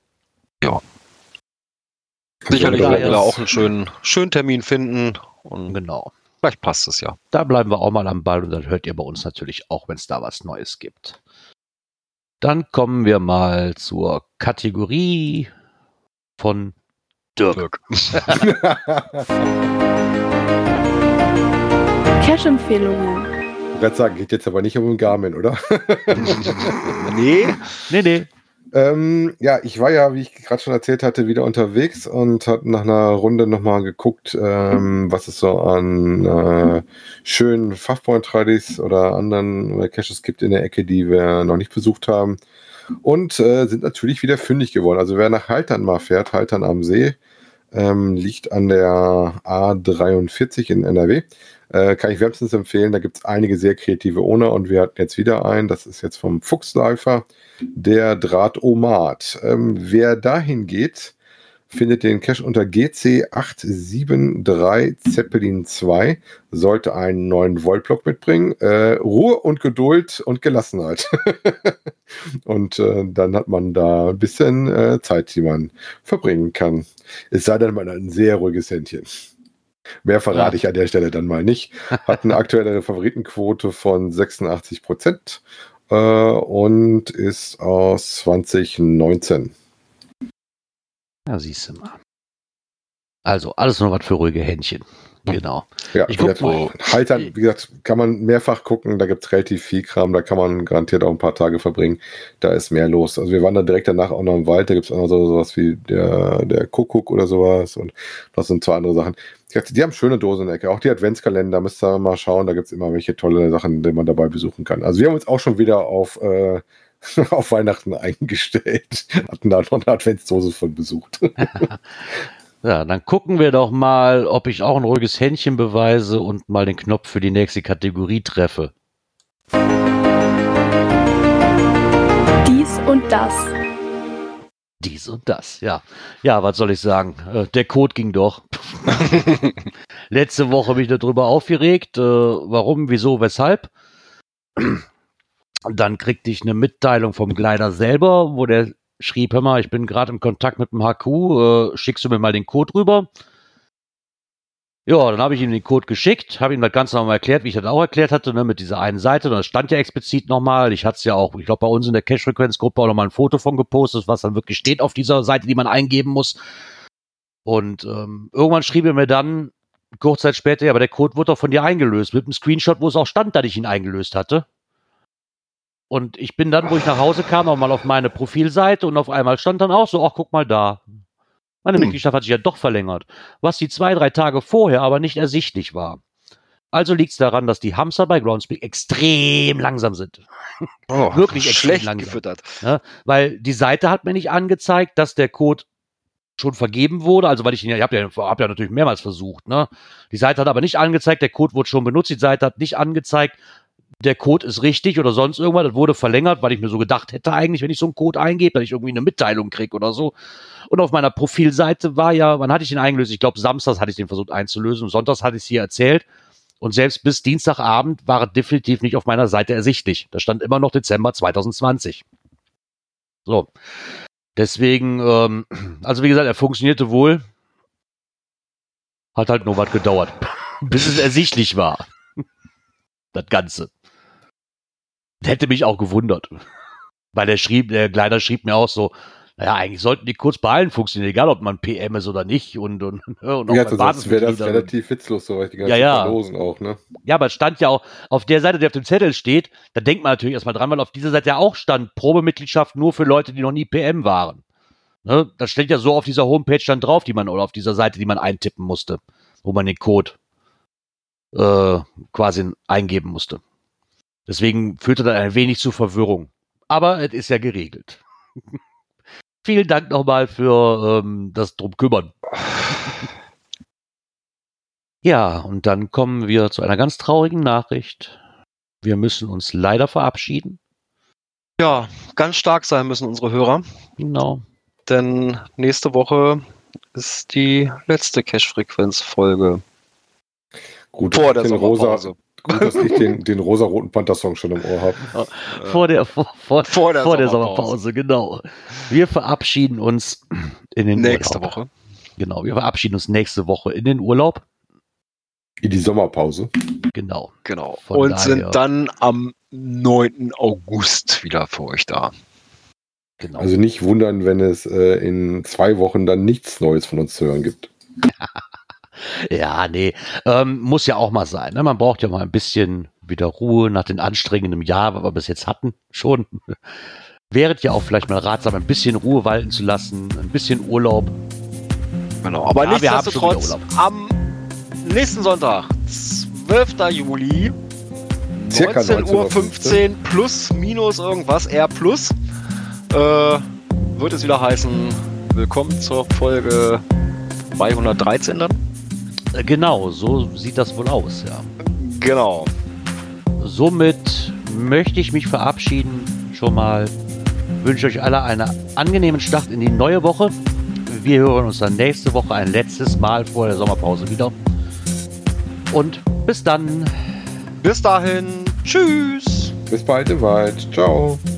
Sicherlich Also, werden wir da auch einen schönen Termin finden und Genau. vielleicht passt es ja. Da bleiben wir auch mal am Ball und dann hört ihr bei uns natürlich auch, wenn es da was Neues gibt. Dann kommen wir mal zur Kategorie von Dirk. Cash-Empfehlungen. Ich würde sagen, geht jetzt aber nicht um den Garmin, oder? Nee. Nee. Ja, ich war ja, wie ich gerade schon erzählt hatte, wieder unterwegs und habe nach einer Runde nochmal geguckt, was es so an schönen Fachpoint-Tradis oder anderen Caches gibt in der Ecke, die wir noch nicht besucht haben. Und sind natürlich wieder fündig geworden. Also wer nach Haltern mal fährt, Haltern am See, liegt an der A43 in NRW. Kann ich wärmstens empfehlen. Da gibt es einige sehr kreative Owner und wir hatten jetzt wieder einen. Das ist jetzt vom Fuchsläufer, der Drahtomat. Wer dahin geht, findet den Cache unter GC873 Zeppelin 2. Sollte einen neuen Voltblock mitbringen. Ruhe und Geduld und Gelassenheit. Und dann hat man da ein bisschen Zeit, die man verbringen kann. Es sei denn, man hat ein sehr ruhiges Händchen. Mehr verrate ich an der Stelle dann mal nicht. Hat eine aktuelle Favoritenquote von 86% und ist aus 2019. Ja, siehst du mal. Also, alles nur was für ruhige Händchen. Genau. Ja, Ich wie guck gesagt, mal. Haltern, wie gesagt, kann man mehrfach gucken, da gibt es relativ viel Kram, da kann man garantiert auch ein paar Tage verbringen, da ist mehr los. Also wir waren dann direkt danach auch noch im Wald, da gibt es auch noch sowas wie der Kuckuck oder sowas und das sind zwei andere Sachen. Die haben schöne Dosen in der Ecke, auch die Adventskalender, müsst ihr mal schauen, da gibt es immer welche tolle Sachen, die man dabei besuchen kann. Also wir haben uns auch schon wieder auf Weihnachten eingestellt, hatten da noch eine Adventsdose von besucht. Ja, dann gucken wir doch mal, ob ich auch ein ruhiges Händchen beweise und mal den Knopf für die nächste Kategorie treffe. Dies und das. Dies und das, ja. Ja, was soll ich sagen? Der Code ging doch. Letzte Woche habe ich darüber aufgeregt. Warum, wieso, weshalb? Dann kriegte ich eine Mitteilung vom Glider selber, wo der schrieb, hör mal, ich bin gerade im Kontakt mit dem HQ, schickst du mir mal den Code rüber? Ja, dann habe ich ihm den Code geschickt, habe ihm das Ganze nochmal erklärt, wie ich das auch erklärt hatte, ne, mit dieser einen Seite. Und das stand ja explizit nochmal. Ich hatte es ja auch, ich glaube, bei uns in der Cache-Frequenz-Gruppe auch nochmal ein Foto von gepostet, was dann wirklich steht auf dieser Seite, die man eingeben muss. Und irgendwann schrieb er mir dann, kurz Zeit später, ja, aber der Code wurde doch von dir eingelöst, mit einem Screenshot, wo es auch stand, dass ich ihn eingelöst hatte. Und ich bin dann, wo ich nach Hause kam, auch mal auf meine Profilseite und auf einmal stand dann auch so, ach, guck mal da. Meine Mitgliedschaft hat sich ja doch verlängert, was die 2-3 Tage vorher aber nicht ersichtlich war. Also liegt es daran, dass die Hamster bei Groundspeak extrem langsam sind. Wirklich extrem schlecht langsam. gefüttert. Ja, weil die Seite hat mir nicht angezeigt, dass der Code schon vergeben wurde. Also weil ich habe ja natürlich mehrmals versucht. Ne? Die Seite hat aber nicht angezeigt, der Code wurde schon benutzt. Die Seite hat nicht angezeigt, der Code ist richtig oder sonst irgendwas. Das wurde verlängert, weil ich mir so gedacht hätte eigentlich, wenn ich so einen Code eingebe, dass ich irgendwie eine Mitteilung kriege oder so. Und auf meiner Profilseite war ja, wann hatte ich den eingelöst? Ich glaube, samstags hatte ich den versucht einzulösen. Und sonntags hatte ich es hier erzählt. Und selbst bis Dienstagabend war er definitiv nicht auf meiner Seite ersichtlich. Da stand immer noch Dezember 2020. So. Deswegen, also wie gesagt, er funktionierte wohl. Hat halt nur was gedauert. Bis es ersichtlich war. Das Ganze. Hätte mich auch gewundert. Weil der Kleiner schrieb mir auch so, naja, eigentlich sollten die kurz bei allen funktionieren, egal ob man PM ist oder nicht. Und auch Ja, sonst wäre das relativ witzlos, so die ganzen Verlosen auch, ne? Ja, aber es stand ja auch auf der Seite, die auf dem Zettel steht, da denkt man natürlich erstmal dran, weil auf dieser Seite ja auch stand, Probemitgliedschaft nur für Leute, die noch nie PM waren. Ne? Das steht ja so auf dieser Homepage dann drauf, oder auf dieser Seite, die man eintippen musste, wo man den Code quasi eingeben musste. Deswegen führte das ein wenig zu Verwirrung. Aber es ist ja geregelt. Vielen Dank nochmal für das drum kümmern. Ja, und dann kommen wir zu einer ganz traurigen Nachricht. Wir müssen uns leider verabschieden. Ja, ganz stark sein müssen unsere Hörer. Genau. Denn nächste Woche ist die letzte Cash-Frequenz-Folge. Gut, Vor der Sommerpause. Gut, dass ich den rosa-roten Panther-Song schon im Ohr habe. Vor der Sommerpause, genau. Wir verabschieden uns in den nächste Urlaub. Woche. Genau, wir verabschieden uns nächste Woche in den Urlaub. In die Sommerpause. Genau. Von und daher sind dann am 9. August wieder für euch da. Genau. Also nicht wundern, wenn es in 2 Wochen dann nichts Neues von uns zu hören gibt. Ja, nee, muss ja auch mal sein. Ne? Man braucht ja mal ein bisschen wieder Ruhe nach dem anstrengenden Jahr, was wir bis jetzt hatten schon. Wäre ja auch vielleicht mal ratsam, ein bisschen Ruhe walten zu lassen, ein bisschen Urlaub. Genau, aber nichtsdestotrotz am nächsten Sonntag, 12. Juli, 19:15 Uhr plus, minus irgendwas, eher plus, wird es wieder heißen, willkommen zur Folge 213 dann. Genau, so sieht das wohl aus, ja. Genau. Somit möchte ich mich verabschieden schon mal. Wünsche euch alle einen angenehmen Start in die neue Woche. Wir hören uns dann nächste Woche ein letztes Mal vor der Sommerpause wieder. Und bis dann. Bis dahin. Tschüss. Bis bald, Ciao.